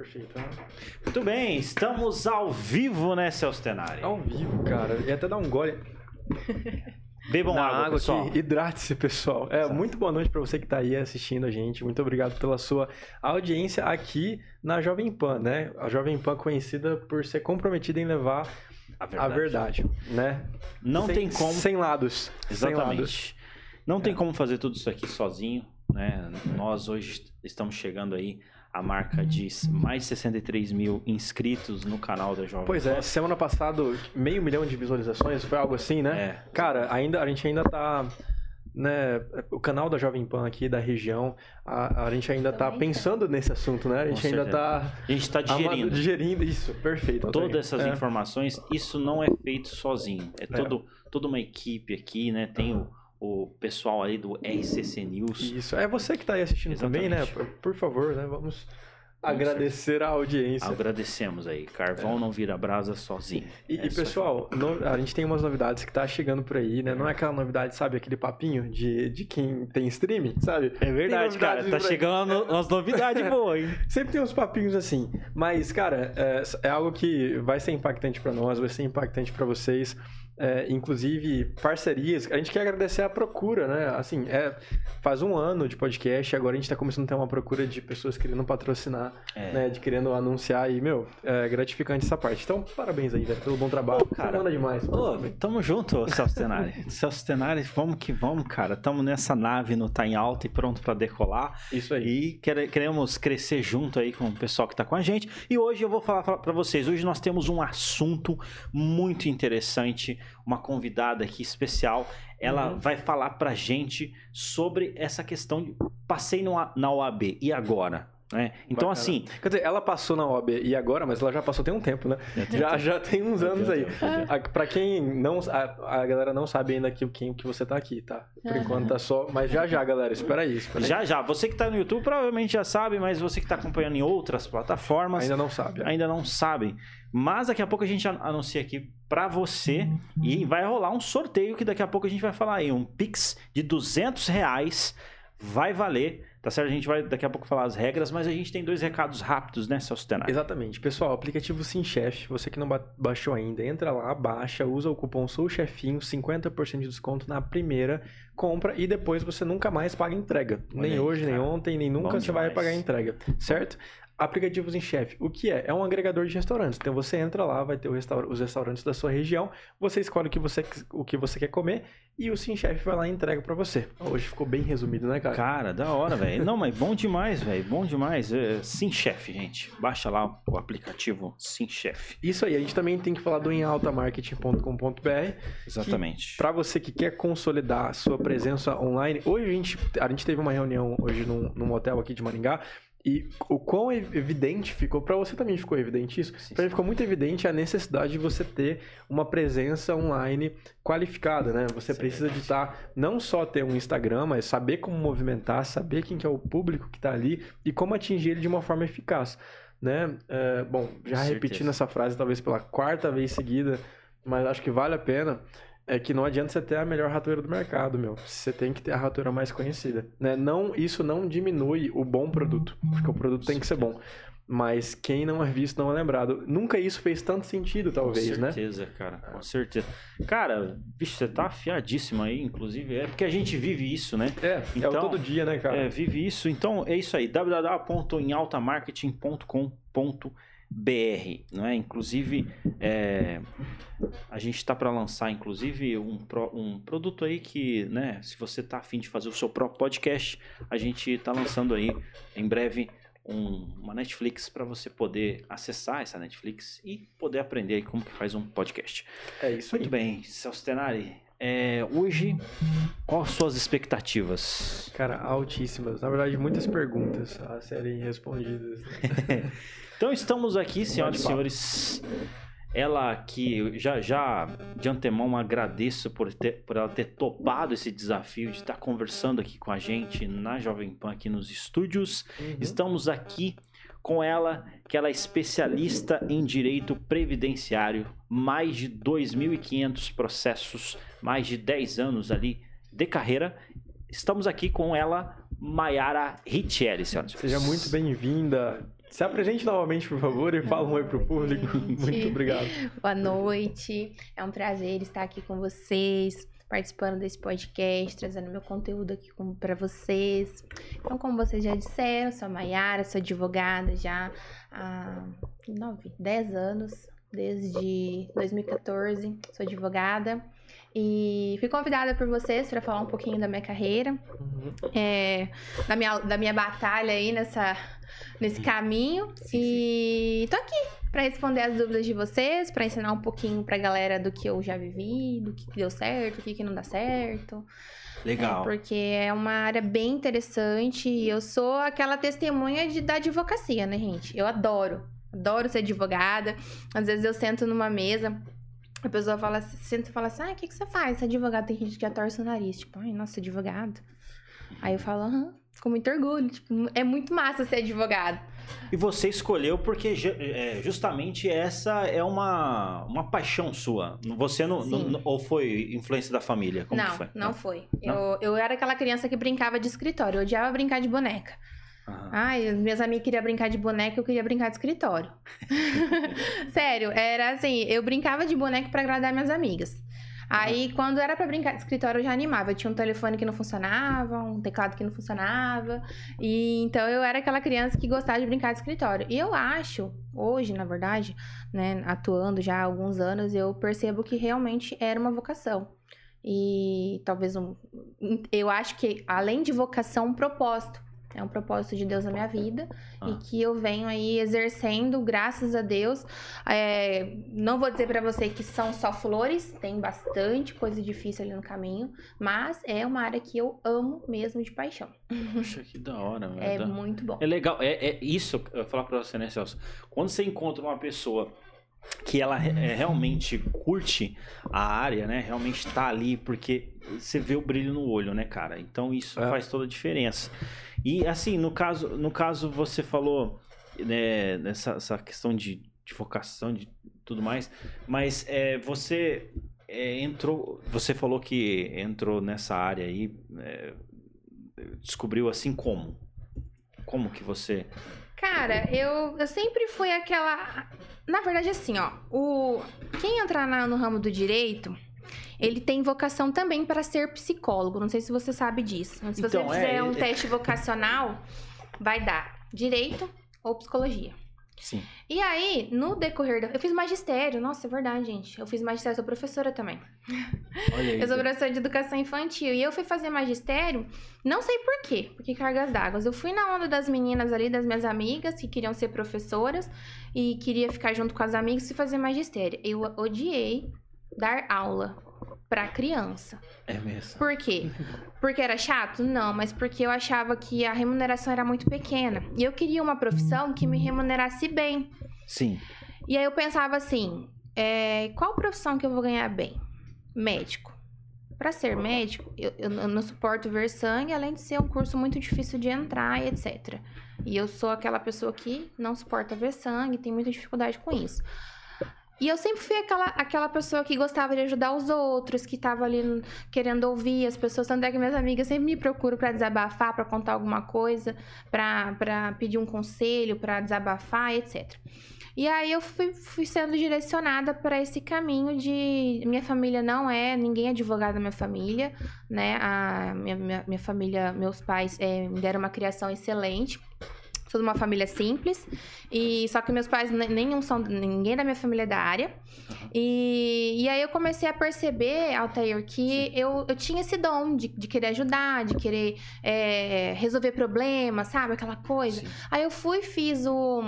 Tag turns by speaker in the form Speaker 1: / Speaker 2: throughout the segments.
Speaker 1: Perfeito.
Speaker 2: Muito bem, estamos ao vivo, né, Celso Tenari?
Speaker 1: Ao vivo, cara. E até dar um gole.
Speaker 2: Bebam água, pessoal.
Speaker 1: Aqui. Hidrate-se, pessoal. Muito boa noite para você que tá aí assistindo a gente. Muito obrigado pela sua audiência aqui na Jovem Pan, né? A Jovem Pan conhecida por ser comprometida em levar a verdade, né?
Speaker 2: Não tem como...
Speaker 1: Sem lados.
Speaker 2: Exatamente.
Speaker 1: Sem lados.
Speaker 2: Não tem como fazer tudo isso aqui sozinho, né? Nós hoje estamos chegando aí a marca de mais de 63 mil inscritos no canal da Jovem Pan.
Speaker 1: Pois é, semana passada, 500 mil de visualizações, foi algo assim, né? Cara, a gente ainda tá... Né, o canal da Jovem Pan aqui da região, a gente ainda tá pensando nesse assunto, né? A gente ainda tá...
Speaker 2: A gente tá digerindo.
Speaker 1: Digerindo isso, perfeito.
Speaker 2: Todas essas informações, isso não é feito sozinho. Toda uma equipe aqui, né? Tem o pessoal aí do RCC News.
Speaker 1: Isso, é você que tá aí assistindo. Exatamente. Também, né? Por favor, né? Vamos agradecer a audiência.
Speaker 2: Agradecemos aí. Carvão não vira brasa sozinho.
Speaker 1: E pessoal, a gente tem umas novidades que tá chegando por aí, né? Não é aquela novidade, sabe? Aquele papinho de quem tem streaming, sabe?
Speaker 2: É verdade, cara. Tá chegando umas novidades boas, hein?
Speaker 1: Sempre tem uns papinhos assim. Mas, cara, é algo que vai ser impactante pra nós, vai ser impactante pra vocês. Inclusive parcerias, a gente quer agradecer a procura, né? Assim, faz um ano de podcast, agora a gente tá começando a ter uma procura de pessoas querendo patrocinar, né? De querendo anunciar e, é gratificante essa parte. Então, parabéns aí, velho, pelo bom trabalho.
Speaker 2: Cara,
Speaker 1: manda demais.
Speaker 2: Tamo junto, Celso Tenari. Celso Tenari, vamos que vamos, cara. Tamo nessa nave no Tá em Alta e pronto pra decolar.
Speaker 1: Isso aí.
Speaker 2: E queremos crescer junto aí com o pessoal que tá com a gente. E hoje eu vou falar pra vocês, hoje nós temos um assunto muito interessante, uma convidada aqui especial, ela vai falar pra gente sobre essa questão de passei na OAB, e agora? Né? Então, assim...
Speaker 1: Quer dizer, ela passou na OAB e agora, mas ela já passou tem um tempo, né? Já tem uns anos aí. Pra quem não... A galera não sabe ainda que você tá aqui, tá? Por enquanto tá só... Mas já, galera, espera aí.
Speaker 2: Já. Você que tá no YouTube provavelmente já sabe, mas você que tá acompanhando em outras plataformas...
Speaker 1: Ainda não sabe.
Speaker 2: Ainda não sabe. Mas daqui a pouco a gente anuncia aqui pra você e vai rolar um sorteio que daqui a pouco a gente vai falar aí. Um Pix de R$200 vai valer, tá certo? A gente vai daqui a pouco falar as regras, mas a gente tem 2 recados rápidos, né, Celso Tenari?
Speaker 1: Exatamente. Pessoal, aplicativo SimChef, você que não baixou ainda, entra lá, baixa, usa o cupom SOUCHEFINHO, 50% de desconto na primeira compra e depois você nunca mais paga entrega. Nem hoje, nem ontem, nem nunca você vai pagar entrega, certo? Aplicativos SimChef, o que é? É um agregador de restaurantes. Então você entra lá, vai ter os restaurantes da sua região, você escolhe o que você quer comer e o SimChef vai lá e entrega pra você. Hoje ficou bem resumido, né, cara?
Speaker 2: Cara, da hora, velho. Não, mas bom demais, velho. Bom demais. SimChef, gente. Baixa lá o aplicativo SimChef.
Speaker 1: Isso aí. A gente também tem que falar do emaltamarketing.com.br.
Speaker 2: Exatamente.
Speaker 1: Pra você que quer consolidar a sua presença online. Hoje a gente teve uma reunião hoje num hotel aqui de Maringá. E o quão evidente ficou, para você também ficou evidente isso? Para mim ficou muito evidente a necessidade de você ter uma presença online qualificada, né? Você precisa de não só ter um Instagram, mas saber como movimentar, saber quem que é o público que está ali e como atingir ele de uma forma eficaz, né? Bom, já repetindo essa frase talvez pela 4ª vez seguida, mas acho que vale a pena. É que não adianta você ter a melhor ratoeira do mercado, Você tem que ter a ratoeira mais conhecida, né? Isso não diminui o bom produto, porque o produto tem que ser bom. Mas quem não é visto não é lembrado. Nunca isso fez tanto sentido, talvez, né?
Speaker 2: Com certeza, cara. Com certeza. Cara, bicho, você tá afiadíssimo aí, inclusive. É porque a gente vive isso, né?
Speaker 1: Então, é o todo dia, né, cara?
Speaker 2: Vive isso. Então, é isso aí. www.emaltamarketing.com.br, não é? Inclusive, a gente tá para lançar, inclusive, um produto aí que, né, se você tá afim de fazer o seu próprio podcast, a gente tá lançando aí, em breve, uma Netflix para você poder acessar essa Netflix e poder aprender aí como que faz um podcast.
Speaker 1: É isso aí.
Speaker 2: Muito bem, Celso Tenari. Hoje, quais suas expectativas?
Speaker 1: Cara, altíssimas. Na verdade, muitas perguntas a serem respondidas.
Speaker 2: Então, estamos aqui, senhoras e senhores. Ela que já de antemão agradeço por ela ter topado esse desafio de estar conversando aqui com a gente na Jovem Pan, aqui nos estúdios. Estamos aqui com ela, que ela é especialista em direito previdenciário, mais de 2.500 processos, mais de 10 anos ali de carreira. Estamos aqui com ela, Mayara Richelli, senhoras.
Speaker 1: Seja muito bem-vinda. Se apresente novamente, por favor, e fala um oi pro público. Muito obrigado.
Speaker 3: Boa noite. É um prazer estar aqui com vocês, participando desse podcast, trazendo meu conteúdo aqui para vocês. Então, como vocês já disseram, sou a Mayara, sou advogada já há 10 anos, desde 2014, sou advogada. E fui convidada por vocês para falar um pouquinho da minha carreira, da minha batalha aí nesse caminho. E tô aqui para responder as dúvidas de vocês, para ensinar um pouquinho pra galera do que eu já vivi, do que deu certo, o que não dá certo.
Speaker 2: Legal.
Speaker 3: Porque é uma área bem interessante e eu sou aquela testemunha da advocacia, né, gente? Eu adoro ser advogada. Às vezes eu sento numa mesa, a pessoa senta e fala assim, o que você faz? Você é advogado? Tem gente que já torce o nariz, tipo, ai, nossa, advogado. Aí eu falo, com muito orgulho, tipo, é muito massa ser advogado.
Speaker 2: E você escolheu porque justamente essa é uma paixão sua. Você não ou foi influência da família? Como que foi?
Speaker 3: Não foi. Eu era aquela criança que brincava de escritório, eu odiava brincar de boneca. Ai, minhas amigas queriam brincar de boneca, eu queria brincar de escritório. Sério, era assim, eu brincava de boneca pra agradar minhas amigas. Aí, quando era pra brincar de escritório, eu já animava. Eu tinha um telefone que não funcionava, um teclado que não funcionava. E então, eu era aquela criança que gostava de brincar de escritório. E eu acho, hoje, na verdade, né, atuando já há alguns anos, eu percebo que realmente era uma vocação. E talvez eu acho que, além de vocação, um propósito. É um propósito de Deus na minha vida e que eu venho aí exercendo, graças a Deus. Não vou dizer pra você que são só flores, tem bastante coisa difícil ali no caminho, mas é uma área que eu amo mesmo de paixão.
Speaker 2: Poxa, que da hora, meu.
Speaker 3: É muito bom.
Speaker 2: É legal, é isso, eu vou falar pra você, né, Celso? Quando você encontra uma pessoa que ela realmente curte a área, né? Realmente tá ali, porque você vê o brilho no olho, né, cara? Então isso faz toda a diferença. E assim, no caso você falou, né, nessa questão de vocação, de tudo mais, mas você você falou que entrou nessa área aí, descobriu assim como? Como que você...
Speaker 3: Cara, eu sempre fui aquela... Na verdade, assim, quem entrar no ramo do direito, ele tem vocação também para ser psicólogo. Não sei se você sabe disso. Se você fizer um teste vocacional, vai dar direito ou psicologia.
Speaker 2: Sim.
Speaker 3: E aí, no decorrer eu fiz magistério. Nossa, é verdade, gente. Eu fiz magistério, sou professora também.
Speaker 2: Olha aí,
Speaker 3: eu sou professora de educação infantil. E eu fui fazer magistério, não sei por quê. Porque cargas d'água. Eu fui na onda das meninas ali, das minhas amigas, que queriam ser professoras. E queria ficar junto com as amigas e fazer magistério. Eu odiei dar aula pra criança.
Speaker 2: É mesmo.
Speaker 3: Por quê? Porque era chato? Não, mas porque eu achava que a remuneração era muito pequena. E eu queria uma profissão que me remunerasse bem.
Speaker 2: Sim.
Speaker 3: E aí eu pensava assim, qual profissão que eu vou ganhar bem? Médico. Pra ser médico, eu não suporto ver sangue, além de ser um curso muito difícil de entrar e etc. E eu sou aquela pessoa que não suporta ver sangue, tem muita dificuldade com isso. E eu sempre fui aquela pessoa que gostava de ajudar os outros, que tava ali querendo ouvir as pessoas. Tanto é que minhas amigas sempre me procuram pra desabafar, pra contar alguma coisa, pra pedir um conselho, pra desabafar, etc. E aí eu fui sendo direcionada para esse caminho de... Minha família não ninguém é advogado na minha família, né? A minha família, meus pais me deram uma criação excelente. Sou de uma família simples, só que meus pais ninguém da minha família é da área. E aí eu comecei a perceber, Altair, que eu tinha esse dom de querer ajudar, de querer resolver problemas, sabe? Aquela coisa. Sim. Aí eu fiz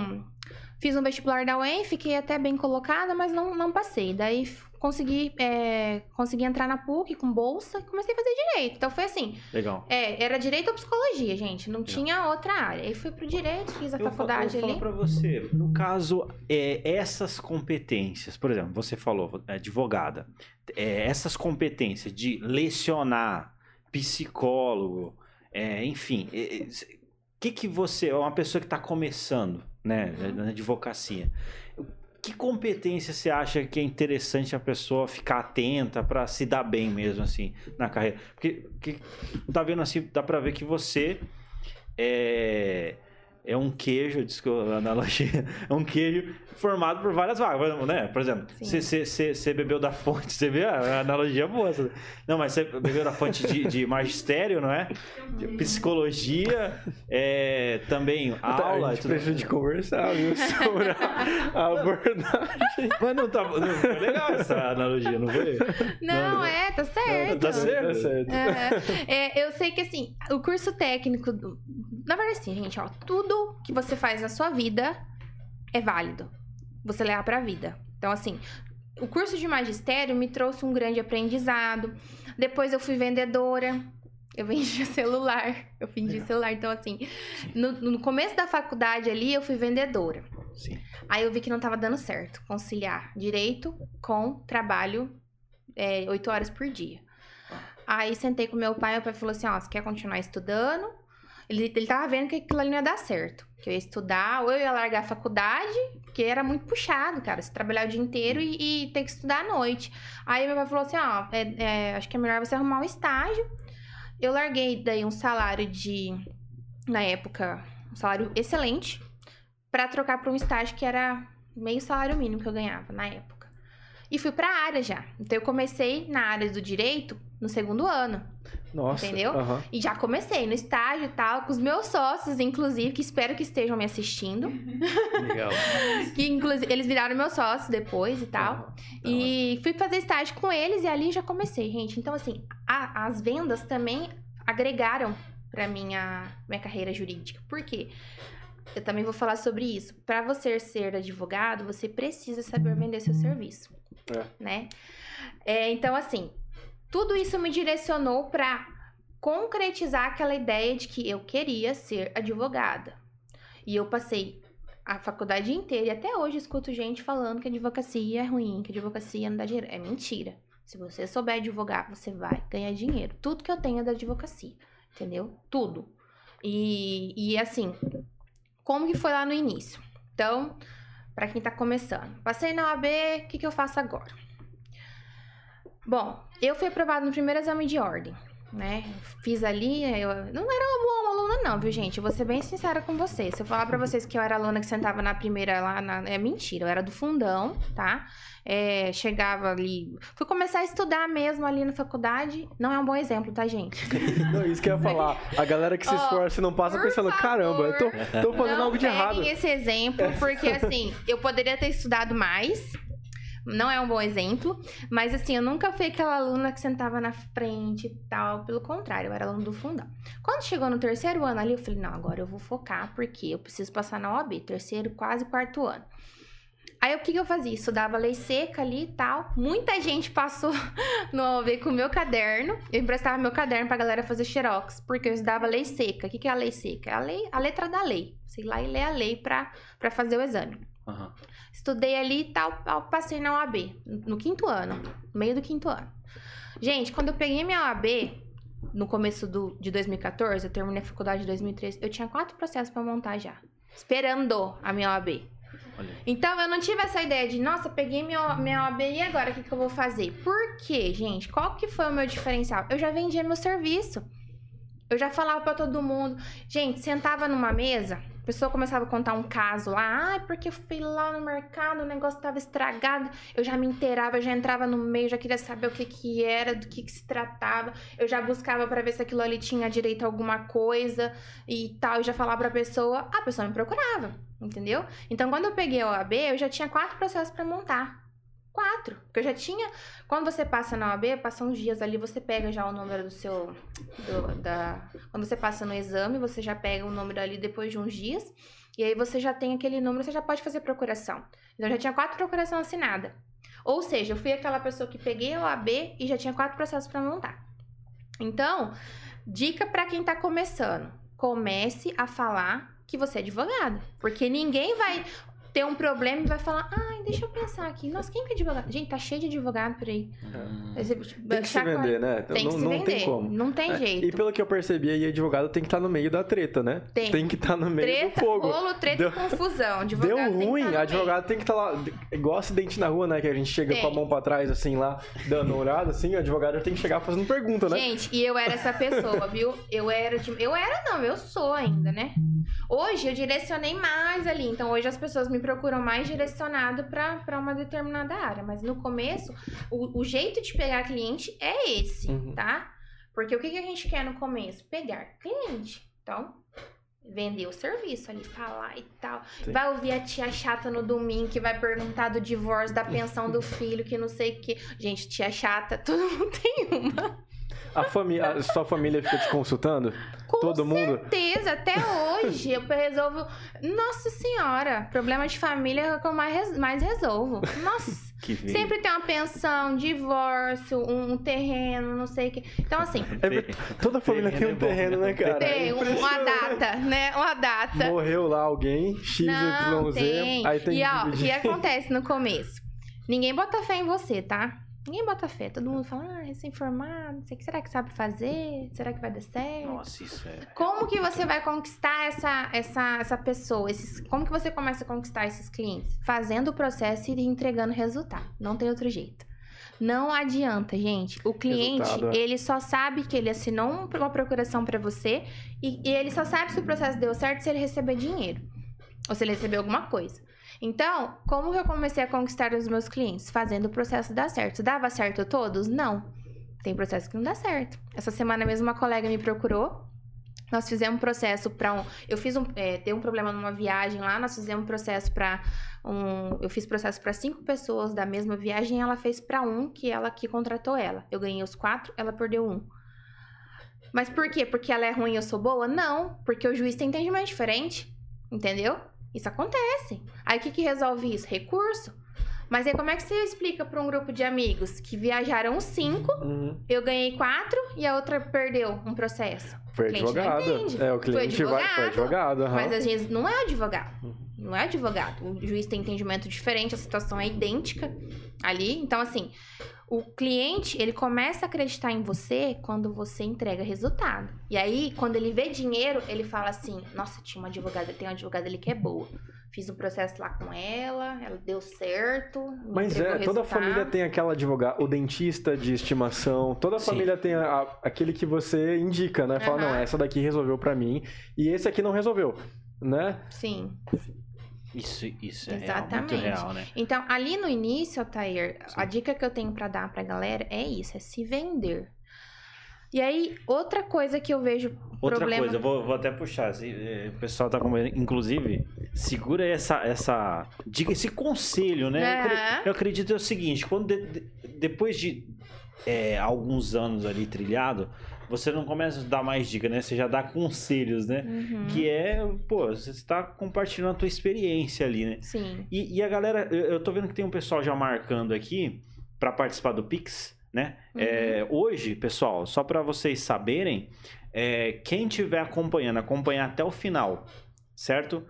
Speaker 3: um vestibular da UEM, fiquei até bem colocada, mas não passei. Daí consegui entrar na PUC com bolsa e comecei a fazer direito. Então foi assim.
Speaker 2: Legal.
Speaker 3: Era direito ou psicologia, gente. Não tinha outra área. Aí fui pro direito, fiz a faculdade ali.
Speaker 2: Eu vou falar pra você, no caso, essas competências, por exemplo, você falou, advogada, essas competências de lecionar, psicólogo, enfim, que você, é uma pessoa que está começando, né, na advocacia, que competência você acha que é interessante a pessoa ficar atenta para se dar bem mesmo, assim, na carreira? Porque tá vendo assim, dá para ver que você é um queijo, desculpa a analogia, é um queijo formado por várias vagas, né? Por exemplo, você bebeu da fonte, você vê a analogia boa. Não, mas você bebeu da fonte de magistério, não é? De psicologia, também aula.
Speaker 1: A gente precisa de conversar, viu? Sobre a abordagem.
Speaker 2: Mas não foi legal essa analogia, não foi?
Speaker 3: Não, tá certo.
Speaker 2: Tá certo.
Speaker 3: Eu sei que, assim, o curso técnico... Na verdade, assim, gente, ó, tudo que você faz na sua vida é válido. Você leva pra vida. Então, assim, o curso de magistério me trouxe um grande aprendizado. Depois eu fui vendedora. Eu vendia celular. Então, assim, no começo da faculdade ali, eu fui vendedora.
Speaker 2: Sim.
Speaker 3: Aí eu vi que não tava dando certo conciliar direito com trabalho 8 horas por dia. Aí sentei com meu pai falou assim, ó, você quer continuar estudando? Ele tava vendo que aquilo ali não ia dar certo. Que eu ia estudar, ou eu ia largar a faculdade, porque era muito puxado, cara. Você trabalhar o dia inteiro e ter que estudar à noite. Aí meu pai falou assim, ó, acho que é melhor você arrumar um estágio. Eu larguei daí um salário na época, um salário excelente, pra trocar pra um estágio que era meio salário mínimo que eu ganhava na época. E fui pra área já. Então eu comecei na área do direito no 2º ano.
Speaker 1: Nossa.
Speaker 3: Entendeu?
Speaker 1: Uhum.
Speaker 3: E já comecei no estágio e tal, com os meus sócios, inclusive, que espero que estejam me assistindo.
Speaker 2: Legal.
Speaker 3: Que, inclusive, eles viraram meus sócios depois e tal.
Speaker 1: Uhum.
Speaker 3: E fui fazer estágio com eles e ali já comecei, gente. Então, assim, as vendas também agregaram pra minha carreira jurídica. Por quê? Eu também vou falar sobre isso. Para você ser advogado, você precisa saber vender seu serviço. Né? Então, assim, tudo isso me direcionou para concretizar aquela ideia de que eu queria ser advogada. E eu passei a faculdade inteira e até hoje escuto gente falando que a advocacia é ruim, que a advocacia não dá dinheiro. É mentira. Se você souber advogar, você vai ganhar dinheiro. Tudo que eu tenho é da advocacia, entendeu? Tudo. E assim, como que foi lá no início? Então, para quem tá começando, passei na OAB, o que eu faço agora? Bom, eu fui aprovada no primeiro exame de ordem, né? Fiz ali, eu não era uma boa aluna não, viu, gente? Eu vou ser bem sincera com vocês. Se eu falar pra vocês que eu era aluna que sentava na primeira lá, é mentira. Eu era do fundão, tá? Chegava ali... Fui começar a estudar mesmo ali na faculdade. Não é um bom exemplo, tá, gente?
Speaker 1: Não, isso que eu ia falar. A galera que se esforça e não passa pensando, caramba, eu tô fazendo algo de errado.
Speaker 3: Não peguem esse exemplo, porque assim, eu poderia ter estudado mais... Não é um bom exemplo, mas assim, eu nunca fui aquela aluna que sentava na frente e tal, pelo contrário, eu era aluna do fundão. Quando chegou no 3º ano ali, eu falei, não, agora eu vou focar, porque eu preciso passar na OAB, 3º, quase 4º ano. Aí, o que eu fazia? Estudava lei seca ali e tal, muita gente passou no OAB com o meu caderno, eu emprestava meu caderno pra galera fazer xerox, porque eu estudava lei seca. O que é a lei seca? É a letra da lei, sei lá, e ler a lei pra fazer o exame.
Speaker 2: Uhum.
Speaker 3: Estudei ali e tal, passei na OAB, no 5º ano, no meio do 5º ano. Gente, quando eu peguei minha OAB, no começo de 2014, eu terminei a faculdade em 2013, eu tinha 4 processos pra montar já, esperando a minha OAB.
Speaker 2: Olha.
Speaker 3: Então, eu não tive essa ideia de, nossa, peguei minha OAB e agora, o que eu vou fazer? Por quê, gente? Qual que foi o meu diferencial? Eu já vendia meu serviço. Eu já falava pra todo mundo. Gente, sentava numa mesa, a pessoa começava a contar um caso lá. Porque eu fui lá no mercado, o negócio tava estragado. Eu já me inteirava, eu já entrava no meio, já queria saber o que era, do que se tratava. Eu já buscava pra ver se aquilo ali tinha direito a alguma coisa e tal. Eu já falava pra pessoa, a pessoa me procurava, entendeu? Então, quando eu peguei a OAB, eu já tinha 4 processos pra montar. 4, porque eu já tinha... Quando você passa na OAB, passa uns dias ali, você pega já o número do seu... Quando você passa no exame, você já pega o número ali depois de uns dias, e aí você já tem aquele número, você já pode fazer procuração. Então, eu já tinha 4 procurações assinadas. Ou seja, eu fui aquela pessoa que peguei a OAB e já tinha 4 processos para montar. Então, dica para quem tá começando. Comece a falar que você é advogado, porque ninguém vai... ter um problema e vai falar, deixa eu pensar aqui. Nossa, quem que é advogado? Gente, tá cheio de advogado por aí.
Speaker 1: Tem que se vender, né?
Speaker 3: Tem que se
Speaker 1: não
Speaker 3: vender.
Speaker 1: Tem como.
Speaker 3: Não tem jeito.
Speaker 1: E pelo que eu percebi aí, advogado tem que estar no meio da treta, né? Tem que estar no meio do fogo.
Speaker 3: Rolo, treta e confusão. Advogado
Speaker 1: deu ruim,
Speaker 3: tem que
Speaker 1: advogado tem que estar lá, igual acidente na rua, né? Que a gente chega com a mão pra trás, assim, lá, dando olhada, assim, o advogado tem que chegar fazendo pergunta, né?
Speaker 3: Gente, e eu era essa pessoa, viu? Eu sou ainda, né? Hoje eu direcionei mais ali, então hoje as pessoas me procuram mais direcionado para uma determinada área, mas no começo, o jeito de pegar cliente é esse, tá? Porque o que a gente quer no começo? Pegar cliente. Então, vender o serviço ali, falar e tal. Sim. Vai ouvir a tia chata no domingo que vai perguntar do divórcio, da pensão do filho, que não sei o que. Gente, tia chata, todo mundo tem uma.
Speaker 1: A sua família fica te consultando? Todo mundo?
Speaker 3: Com certeza, até hoje eu resolvo. Nossa senhora, problema de família é o que eu mais resolvo. Nossa, sempre tem uma pensão, divórcio, um terreno, não sei o que. Então, assim.
Speaker 1: Toda família tem um terreno, né, cara?
Speaker 3: Tem, uma data, né? Uma data.
Speaker 1: Morreu lá alguém, XYZ, aí tem
Speaker 3: que o que acontece no começo? Ninguém bota fé em você, tá? Ninguém bota fé, todo mundo fala, recém-formado, não sei o que, será que sabe fazer? Será que vai dar certo?
Speaker 2: Nossa, isso é...
Speaker 3: Como que você vai conquistar essa pessoa? Como que você começa a conquistar esses clientes? Fazendo o processo e entregando resultado, não tem outro jeito. Não adianta, gente. O cliente, ele só sabe que ele assinou uma procuração para você e ele só sabe se o processo deu certo se ele receber dinheiro ou se ele receber alguma coisa. Então, como que eu comecei a conquistar os meus clientes? Fazendo o processo dar certo. Dava certo a todos? Não. Tem processo que não dá certo. Essa semana mesmo uma colega me procurou. Nós fizemos um processo para deu um problema numa viagem lá. Nós fizemos um processo para eu fiz processo para 5 pessoas da mesma viagem e ela fez para que contratou ela. Eu ganhei os 4, ela perdeu 1. Mas por quê? Porque ela é ruim e eu sou boa? Não. Porque o juiz tem entendimento diferente. Entendeu? Isso acontece. Aí o que resolve isso? Recurso. Mas aí como é que você explica para um grupo de amigos que viajaram 5, eu ganhei 4 e a outra perdeu um processo?
Speaker 1: Foi advogado. O cliente foi advogado.
Speaker 3: Mas às vezes não é advogado. Não é advogado. O juiz tem entendimento diferente, a situação é idêntica ali. Então, assim, o cliente, ele começa a acreditar em você quando você entrega resultado. E aí, quando ele vê dinheiro, ele fala assim, nossa, tem uma advogada ali que é boa. Fiz um processo lá com ela deu certo.
Speaker 1: Mas toda família tem aquela advogada, o dentista de estimação, toda família tem aquele que você indica, né? Fala, não, essa daqui resolveu pra mim e esse aqui não resolveu, né?
Speaker 3: Sim.
Speaker 2: Isso é muito real, né?
Speaker 3: Então, ali no início, Altair, a dica que eu tenho pra dar pra galera é isso, é se vender. E aí, outra coisa que eu vejo
Speaker 2: coisa, eu vou até puxar, o pessoal tá acompanhando, inclusive, segura essa dica, esse conselho, né? Eu acredito é o seguinte, quando depois de alguns anos ali trilhado, você não começa a dar mais dicas, né? Você já dá conselhos, né? Que você está compartilhando a tua experiência ali, né?
Speaker 3: Sim.
Speaker 2: E a galera, eu tô vendo que tem um pessoal já marcando aqui para participar do Pix, né? Hoje, pessoal, só para vocês saberem, quem estiver acompanhar até o final, certo?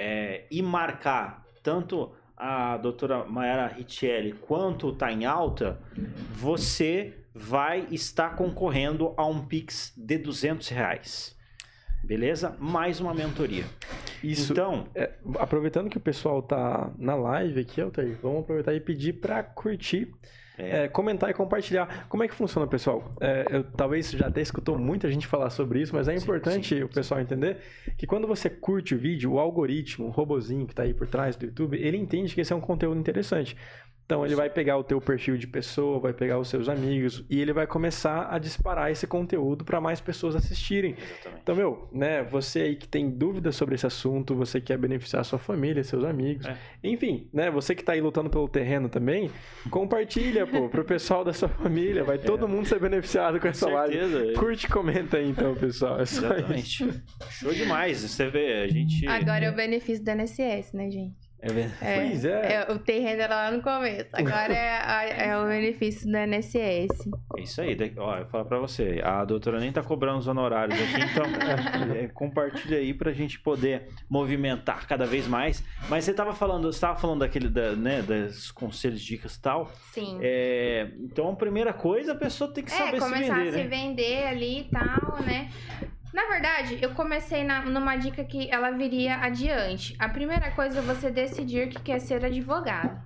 Speaker 2: E marcar tanto a doutora Mayara Richelli quanto Tá em Alta, você vai estar concorrendo a um Pix de R$200. Beleza? Mais uma mentoria.
Speaker 1: Isso. Então, aproveitando que o pessoal tá na live aqui, Altair, vamos aproveitar e pedir para curtir, comentar e compartilhar. Como é que funciona, pessoal? Eu talvez já até escutou muita gente falar sobre isso, mas é importante o pessoal entender que quando você curte o vídeo, o algoritmo, o robozinho que está aí por trás do YouTube, ele entende que esse é um conteúdo interessante. Então, ele vai pegar o teu perfil de pessoa, vai pegar os seus amigos e ele vai começar a disparar esse conteúdo para mais pessoas assistirem.
Speaker 2: Exatamente.
Speaker 1: Então, você aí que tem dúvidas sobre esse assunto, você quer beneficiar a sua família, seus amigos, enfim, né? Você que tá aí lutando pelo terreno também, compartilha, pro pessoal da sua família, vai todo mundo ser beneficiado com essa live. Curte e comenta aí, então, pessoal.
Speaker 2: Exatamente. Show demais, você vê, a gente...
Speaker 3: Agora é o benefício do INSS, né, gente?
Speaker 1: Pois é.
Speaker 3: O terreno era lá no começo. Agora é o benefício do INSS.
Speaker 2: É isso aí. Ó, eu falo pra você, a doutora nem tá cobrando os honorários aqui, então compartilha aí pra gente poder movimentar cada vez mais. Mas você tava falando daquele, dos conselhos, dicas e tal.
Speaker 3: Sim.
Speaker 2: Então, a primeira coisa, a pessoa tem que saber se vender,
Speaker 3: começar a se vender ali e tal, né? Na verdade, eu comecei numa dica que ela viria adiante. A primeira coisa é você decidir que quer ser advogado.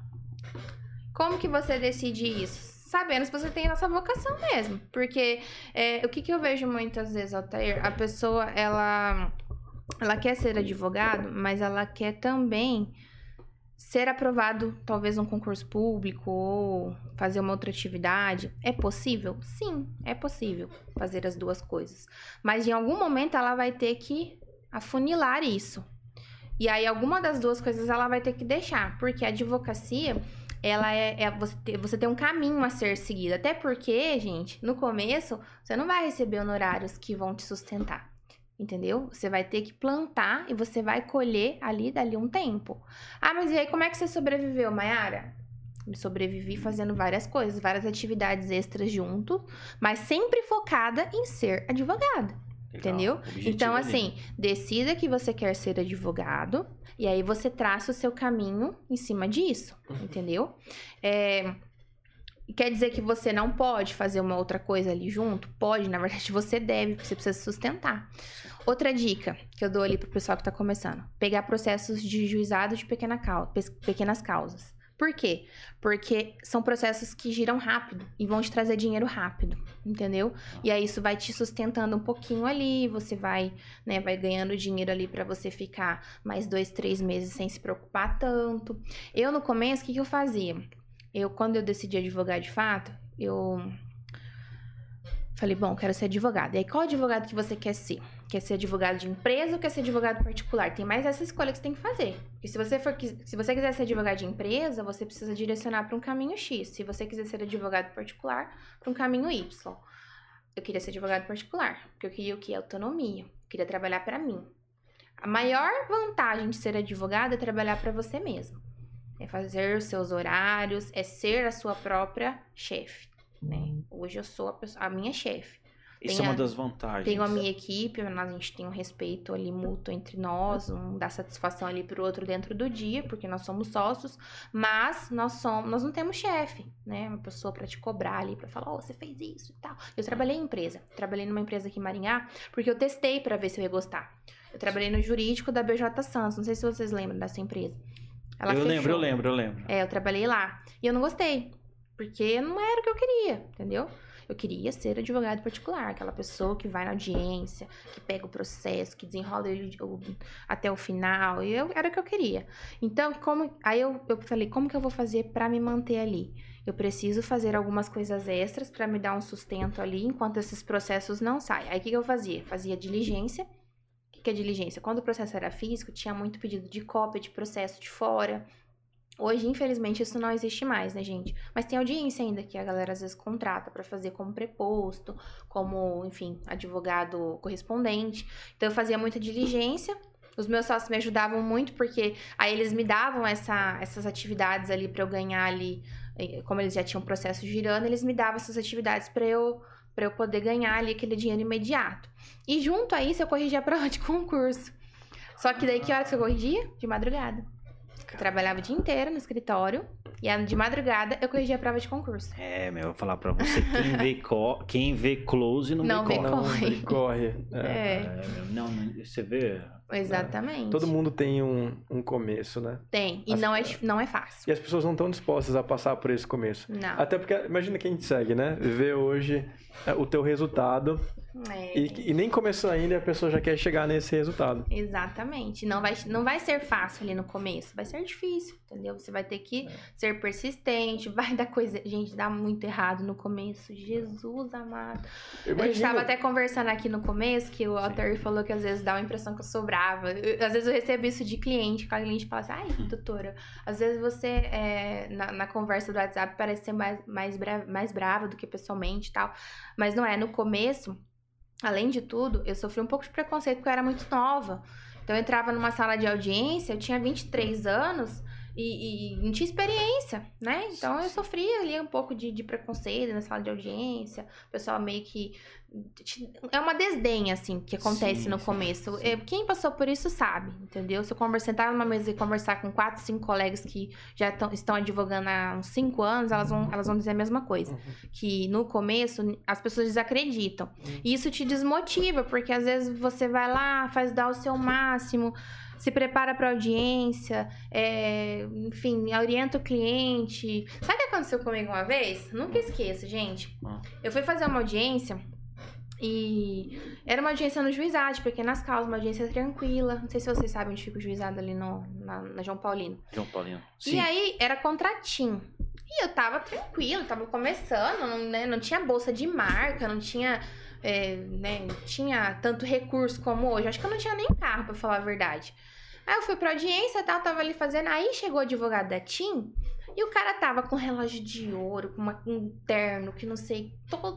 Speaker 3: Como que você decide isso? Sabendo se você tem essa vocação mesmo. Porque o que eu vejo muitas vezes, Altair, a pessoa, ela ela quer ser advogado, mas ela quer também ser aprovado, talvez num concurso público ou fazer uma outra atividade. É possível? Sim, é possível fazer as duas coisas. Mas em algum momento ela vai ter que afunilar isso. E aí alguma das duas coisas ela vai ter que deixar, porque a advocacia, ela você tem um caminho a ser seguido. Até porque, gente, no começo, você não vai receber honorários que vão te sustentar. Entendeu? Você vai ter que plantar e você vai colher dali um tempo. Ah, mas e aí como é que você sobreviveu, Mayara? Eu sobrevivi fazendo várias coisas, várias atividades extras junto, mas sempre focada em ser advogada. Legal. Entendeu? Então, assim, decida que você quer ser advogado e aí você traça o seu caminho em cima disso, entendeu? Quer dizer que você não pode fazer uma outra coisa ali junto? Pode, na verdade você deve, porque você precisa se sustentar. Outra dica que eu dou ali pro pessoal que tá começando: pegar processos de juizado de pequenas causas. Por quê? Porque são processos que giram rápido e vão te trazer dinheiro rápido, entendeu? E aí isso vai te sustentando um pouquinho ali, você vai ganhando dinheiro ali pra você ficar mais 2, 3 meses sem se preocupar tanto. Eu, no começo, o que eu fazia? Quando eu decidi advogar de fato, eu falei, bom, quero ser advogada. E aí, qual advogado que você quer ser? Quer ser advogado de empresa ou quer ser advogado particular? Tem mais essa escolha que você tem que fazer. Porque se você quiser ser advogado de empresa, você precisa direcionar para um caminho X. Se você quiser ser advogado particular, para um caminho Y. Eu queria ser advogado particular, porque eu queria o quê? Autonomia. Eu queria trabalhar para mim. A maior vantagem de ser advogado é trabalhar para você mesmo. É fazer os seus horários, é ser a sua própria chefe, né? Hoje eu sou a minha chefe.
Speaker 2: Isso é uma das vantagens.
Speaker 3: Tenho a minha equipe, a gente tem um respeito ali mútuo entre nós, um dá satisfação ali pro outro dentro do dia, porque nós somos sócios, mas nós não temos chefe, né? Uma pessoa para te cobrar ali, para falar, você fez isso e tal. Eu trabalhei em empresa, trabalhei numa empresa aqui em Maringá, porque eu testei para ver se eu ia gostar. Eu trabalhei no jurídico da BJ Santos, não sei se vocês lembram dessa empresa.
Speaker 2: Eu lembro.
Speaker 3: Eu trabalhei lá. E eu não gostei. Porque não era o que eu queria, entendeu? Eu queria ser advogado particular. Aquela pessoa que vai na audiência, que pega o processo, que desenrola ele até o final. E era o que eu queria. Então, aí eu falei, como que eu vou fazer pra me manter ali? Eu preciso fazer algumas coisas extras pra me dar um sustento ali, enquanto esses processos não saem. Aí, o que eu fazia? Fazia diligência. Que é diligência? Quando o processo era físico, tinha muito pedido de cópia de processo de fora. Hoje, infelizmente, isso não existe mais, né, gente? Mas tem audiência ainda que a galera às vezes contrata para fazer como preposto, como, enfim, advogado correspondente. Então, eu fazia muita diligência. Os meus sócios me ajudavam muito, porque aí eles me davam essas atividades ali para eu ganhar ali, como eles já tinham processo girando, eles me davam essas atividades para eu poder ganhar ali aquele dinheiro imediato. E junto a isso, eu corrigia a prova de concurso. Só que daí, que horas que eu corrigia? De madrugada. Eu trabalhava o dia inteiro no escritório e de madrugada eu corrigia a prova de concurso.
Speaker 2: Eu vou falar pra você, quem vê close não vê
Speaker 1: corre.
Speaker 2: Não, você vê...
Speaker 3: Exatamente.
Speaker 1: Todo mundo tem um começo, né?
Speaker 3: Tem, e não é fácil.
Speaker 1: E as pessoas não estão dispostas a passar por esse começo.
Speaker 3: Não.
Speaker 1: Até porque, imagina quem te segue, né? Vê hoje o teu resultado e nem começou ainda e a pessoa já quer chegar nesse resultado.
Speaker 3: Exatamente. Não vai ser fácil ali no começo, vai ser difícil, entendeu? Você vai ter que ser persistente, vai dar coisa... Gente, dá muito errado no começo, Jesus amado. A gente tava até conversando aqui no começo, que o Altair falou que às vezes dá uma impressão que eu sou brava. Às vezes eu recebo isso de cliente, que a cliente fala assim, ai, doutora, às vezes você, na conversa do WhatsApp, parece ser mais brava do que pessoalmente e tal. Mas não é, no começo, além de tudo, eu sofri um pouco de preconceito porque eu era muito nova. Então eu entrava numa sala de audiência, eu tinha 23 anos e não tinha experiência, né? Então eu sofria ali um pouco de preconceito na sala de audiência, o pessoal meio que... É uma desdenha, assim, que acontece no começo. Quem passou por isso sabe, entendeu? Se eu sentar numa mesa e conversar com 4, 5 colegas que já estão advogando há uns 5 anos, elas vão dizer a mesma coisa. Que no começo, as pessoas desacreditam. E isso te desmotiva, porque às vezes você vai lá, dar o seu máximo, se prepara para audiência, enfim, orienta o cliente. Sabe o que aconteceu comigo uma vez? Nunca esqueço, gente. Eu fui fazer uma audiência... E era uma audiência no juizado, de pequenas causas, uma audiência tranquila. Não sei se vocês sabem onde fica o juizado ali na João Paulino.
Speaker 2: João Paulino.
Speaker 3: Sim. E aí, era contratinho. E eu tava tranquilo, tava começando, né? Não tinha bolsa de marca, não tinha, tinha tanto recurso como hoje. Acho que eu não tinha nem carro, pra falar a verdade. Aí eu fui pra audiência e tal, tava ali fazendo. Aí chegou o advogado da TIM e o cara tava com relógio de ouro, com um terno, que não sei,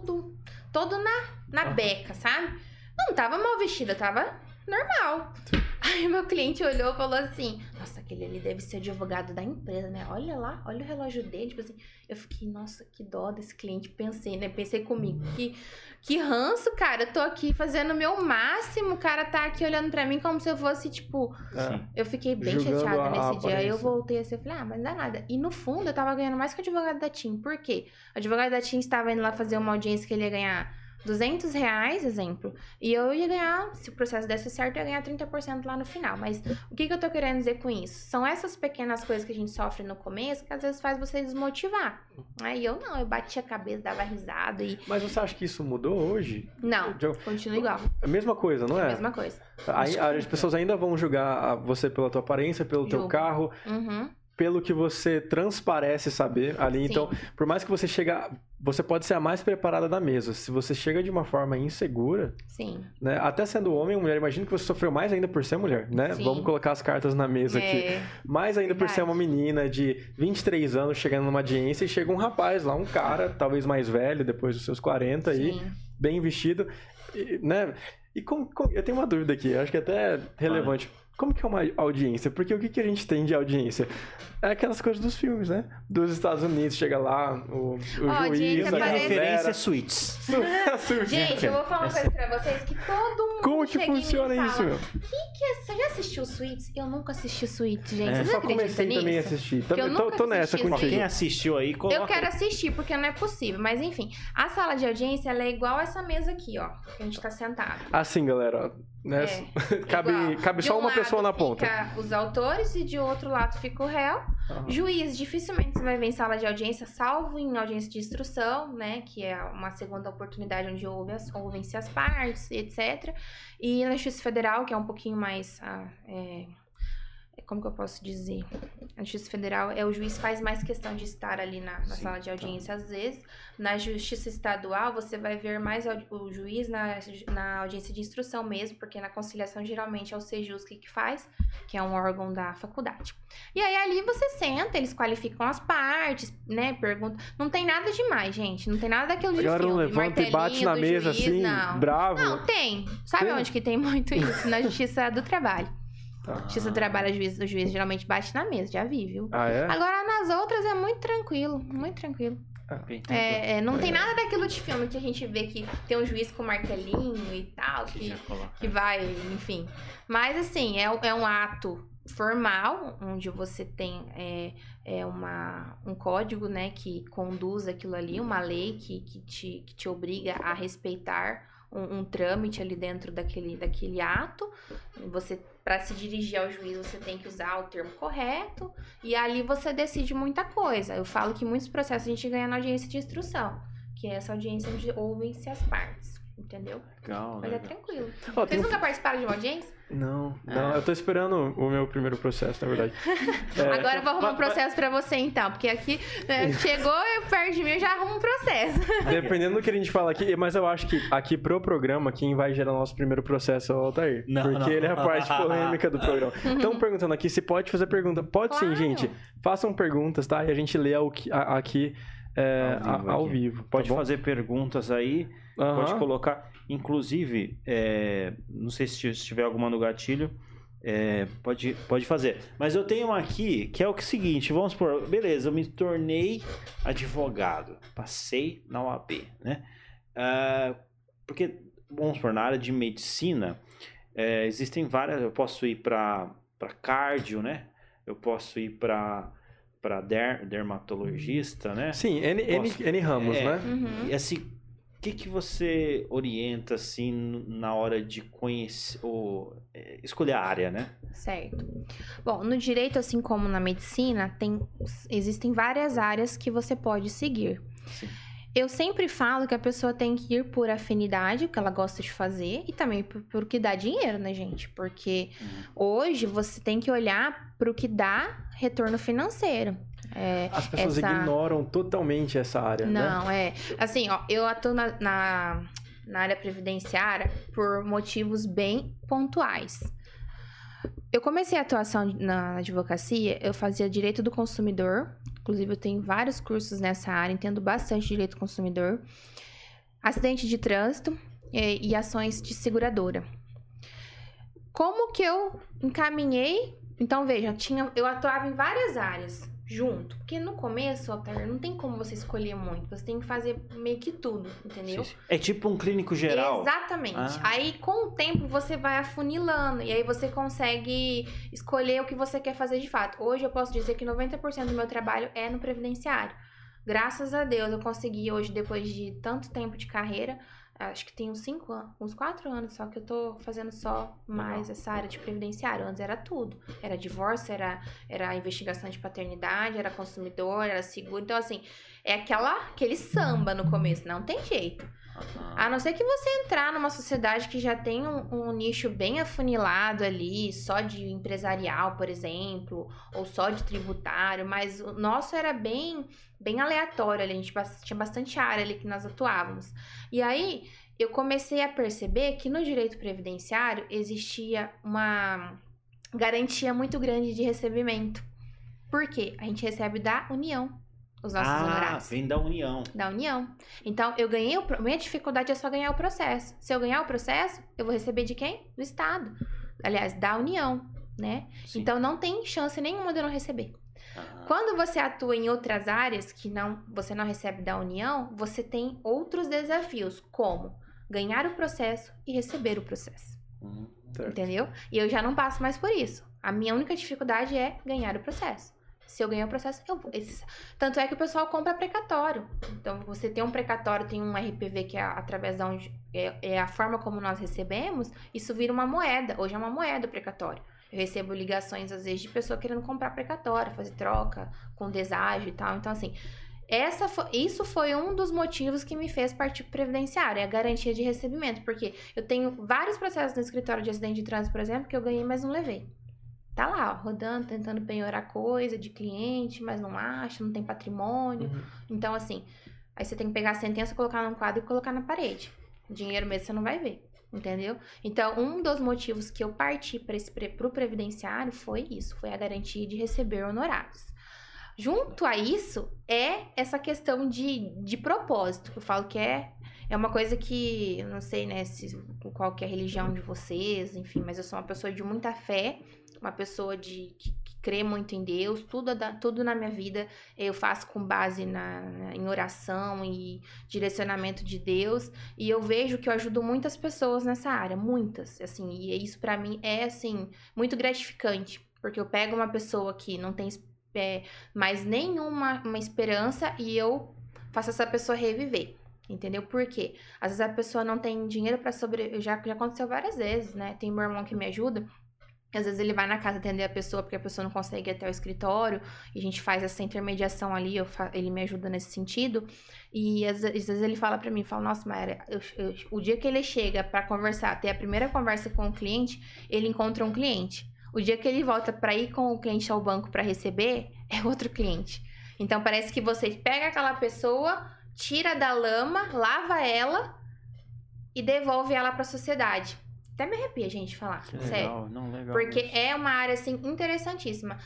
Speaker 3: todo na beca, sabe? Não tava mal vestida, tava normal. Aí meu cliente olhou e falou assim: nossa, aquele ali deve ser advogado da empresa, né? Olha lá, olha o relógio dele. Tipo assim, eu fiquei, nossa, que dó desse cliente. Pensei comigo, que ranço, cara. Eu tô aqui fazendo o meu máximo. O cara tá aqui olhando pra mim como se eu fosse, tipo... Eu fiquei bem chateada nesse dia. Aí eu voltei assim, eu falei, mas não dá nada. E no fundo, eu tava ganhando mais que o advogado da TIM. Por quê? O advogado da TIM estava indo lá fazer uma audiência que ele ia ganhar R$200, exemplo, e eu ia ganhar, se o processo desse certo, eu ia ganhar 30% lá no final. Mas o que eu tô querendo dizer com isso? São essas pequenas coisas que a gente sofre no começo que às vezes faz você desmotivar. Aí eu batia a cabeça, dava risada e...
Speaker 1: Mas você acha que isso mudou hoje?
Speaker 3: Não, continua igual.
Speaker 1: A mesma coisa, não é?
Speaker 3: A mesma coisa.
Speaker 1: As pessoas ainda vão julgar você pela tua aparência, pelo teu carro... Pelo que você transparece saber ali. Sim. Então, por mais que você você pode ser a mais preparada da mesa. Se você chega de uma forma insegura,
Speaker 3: sim,
Speaker 1: né? Até sendo homem ou mulher, imagino que você sofreu mais ainda por ser mulher, né? Sim. Vamos colocar as cartas na mesa aqui. Mais ainda por ser uma menina de 23 anos chegando numa audiência e chega um rapaz lá, um cara, talvez mais velho, depois dos seus 40 aí, bem vestido, né? E eu tenho uma dúvida aqui, acho que até é relevante. Como que é uma audiência? Porque o que a gente tem de audiência? É aquelas coisas dos filmes, né? Dos Estados Unidos, chega lá, o juiz...
Speaker 2: A referência é Suits.
Speaker 3: Gente, eu vou falar uma coisa pra vocês, que todo mundo
Speaker 1: Como que funciona isso, meu?
Speaker 3: Você já assistiu Suits? Eu nunca assisti Suits, gente. Você
Speaker 1: só comecei também a assistir. Tô nessa contigo.
Speaker 2: Quem assistiu aí, coloca...
Speaker 3: Eu quero assistir, porque não é possível. Mas enfim, a sala de audiência, ela é igual essa mesa aqui, ó. Que a gente tá sentado.
Speaker 1: Assim, galera, né? Cabe só uma pessoa na ponta.
Speaker 3: Fica os autores e de outro lado fica o réu. Juiz, dificilmente você vai ver em sala de audiência, salvo em audiência de instrução, né? Que é uma segunda oportunidade onde ouvem-se as partes, etc. E na Justiça Federal, que é um pouquinho mais... como que eu posso dizer? Na Justiça Federal, o juiz faz mais questão de estar ali na sala de audiência, às vezes. Na Justiça Estadual, você vai ver mais o juiz na audiência de instrução mesmo, porque na conciliação, geralmente, é o Sejusc que faz, que é um órgão da faculdade. E aí, ali você senta, eles qualificam as partes, né, perguntam. Não tem nada demais, gente. Não tem nada daquilo de filme.
Speaker 1: Agora não levanta e bate na mesa, juiz, assim,
Speaker 3: não.
Speaker 1: Bravo.
Speaker 3: Não, tem. Sabe onde que tem muito isso? Na Justiça do Trabalho. Justiça do Trabalho, o juiz geralmente bate na mesa, já vi, viu? Agora, nas outras, é muito tranquilo, muito tranquilo. Não tem nada daquilo de filme que a gente vê que tem um juiz com martelinho e tal, que vai, enfim. Mas, assim, é um ato formal, onde você tem um código, né, que conduz aquilo ali, uma lei que te obriga a respeitar um trâmite ali dentro daquele ato. Você, para se dirigir ao juiz, você tem que usar o termo correto, e ali você decide muita coisa. Eu falo que muitos processos a gente ganha na audiência de instrução, que é essa audiência onde ouvem-se as partes, entendeu?
Speaker 1: Legal,
Speaker 3: mas é tranquilo. Vocês nunca participaram de uma audiência?
Speaker 1: Não, eu tô esperando o meu primeiro processo, na verdade.
Speaker 3: Agora eu vou arrumar um processo pra você, então, porque aqui chegou perto de mim, eu já arrumo um processo.
Speaker 1: Dependendo do que a gente fala aqui, mas eu acho que aqui pro programa, quem vai gerar o nosso primeiro processo é o Altair. Porque ele é a parte polêmica do programa. Estão perguntando aqui se pode fazer pergunta. Pode sim, gente. Façam perguntas, tá? E a gente lê aqui ao vivo.
Speaker 2: Pode fazer perguntas aí, pode colocar. Inclusive, não sei se tiver alguma no gatilho, pode fazer. Mas eu tenho uma aqui que é o seguinte, vamos supor, beleza, eu me tornei advogado, passei na OAB, né? Porque, vamos supor, na área de medicina, existem várias, eu posso ir para cardio, né? Eu posso ir para dermatologista, né?
Speaker 1: Sim, N ramos, né?
Speaker 2: E assim, o que você orienta, assim, na hora de conhecer, ou escolher a área, né?
Speaker 3: Certo. Bom, no direito, assim como na medicina, existem várias áreas que você pode seguir.
Speaker 2: Sim.
Speaker 3: Eu sempre falo que a pessoa tem que ir por afinidade, o que ela gosta de fazer, e também por que dá dinheiro, né, gente? Porque hoje você tem que olhar pro que dá retorno financeiro.
Speaker 1: As pessoas ignoram totalmente essa área, né?
Speaker 3: Não, assim, ó, eu atuo na área previdenciária por motivos bem pontuais. Eu comecei a atuação na advocacia, eu fazia direito do consumidor. Inclusive, eu tenho vários cursos nessa área, entendo bastante direito do consumidor. Acidente de trânsito e ações de seguradora. Como que eu encaminhei? Então, veja, eu atuava em várias áreas junto. Porque no começo, Altair, não tem como você escolher muito. Você tem que fazer meio que tudo, entendeu?
Speaker 2: Sim. É tipo um clínico geral.
Speaker 3: Exatamente. Aí, com o tempo, você vai afunilando. E aí, você consegue escolher o que você quer fazer de fato. Hoje, eu posso dizer que 90% do meu trabalho é no previdenciário. Graças a Deus, eu consegui hoje, depois de tanto tempo de carreira, acho que tem uns 4 anos só que eu tô fazendo só mais essa área de previdenciário. Antes era tudo. Era divórcio, era investigação de paternidade, era consumidor, era seguro. Então, assim, é aquele samba no começo. Não tem jeito. A não ser que você entrar numa sociedade que já tem um nicho bem afunilado ali, só de empresarial, por exemplo, ou só de tributário, mas o nosso era bem aleatório ali, a gente tinha bastante área ali que nós atuávamos. E aí, eu comecei a perceber que no direito previdenciário existia uma garantia muito grande de recebimento. Por quê? A gente recebe da União os nossos honorários.
Speaker 2: Vem da União.
Speaker 3: Da União. Então, eu ganhei minha dificuldade é só ganhar o processo. Se eu ganhar o processo, eu vou receber de quem? Do Estado. Aliás, da União, né? Sim. Então, não tem chance nenhuma de eu não receber. Quando você atua em outras áreas que você não recebe da União, você tem outros desafios, como ganhar o processo e receber o processo. Entendeu? E eu já não passo mais por isso. A minha única dificuldade é ganhar o processo. Se eu ganhar o processo, eu vou. Tanto é que o pessoal compra precatório. Então, você tem um precatório, tem um RPV que é através da onde é a forma como nós recebemos, isso vira uma moeda. Hoje é uma moeda o precatório. Eu recebo ligações, às vezes, de pessoa querendo comprar precatório, fazer troca com deságio e tal. Então, assim, isso foi um dos motivos que me fez partir pro previdenciário, é a garantia de recebimento. Porque eu tenho vários processos no escritório de acidente de trânsito, por exemplo, que eu ganhei, mas não levei. Tá lá, ó, rodando, tentando penhorar coisa de cliente, mas não acha, não tem patrimônio. Então, assim, aí você tem que pegar a sentença, colocar num quadro e colocar na parede. Dinheiro mesmo você não vai ver, entendeu? Então, um dos motivos que eu parti pro previdenciário foi isso, foi a garantia de receber honorários. Junto a isso, é essa questão de propósito, que eu falo que é uma coisa que, eu não sei, né, qual que é a religião de vocês, enfim, mas eu sou uma pessoa de muita fé, uma pessoa que crê muito em Deus, tudo na minha vida eu faço com base em oração e direcionamento de Deus, e eu vejo que eu ajudo muitas pessoas nessa área, muitas, assim, e isso pra mim é, assim, muito gratificante, porque eu pego uma pessoa que não tem mais nenhuma esperança e eu faço essa pessoa reviver. Entendeu? Por quê? Às vezes a pessoa não tem dinheiro pra sobreviver. Já aconteceu várias vezes, né? Tem meu irmão que me ajuda. Às vezes ele vai na casa atender a pessoa porque a pessoa não consegue ir até o escritório. E a gente faz essa intermediação ali. Ele me ajuda nesse sentido. E às vezes ele fala pra mim, nossa, Mayara, o dia que ele chega pra conversar, ter a primeira conversa com o cliente, ele encontra um cliente. O dia que ele volta pra ir com o cliente ao banco pra receber, é outro cliente. Então parece que você pega aquela pessoa, tira da lama, lava ela e devolve ela para a sociedade. Até me arrepia, gente, falar.
Speaker 2: Que
Speaker 3: sério.
Speaker 2: Legal, não, legal.
Speaker 3: Porque é uma área, assim, interessantíssima.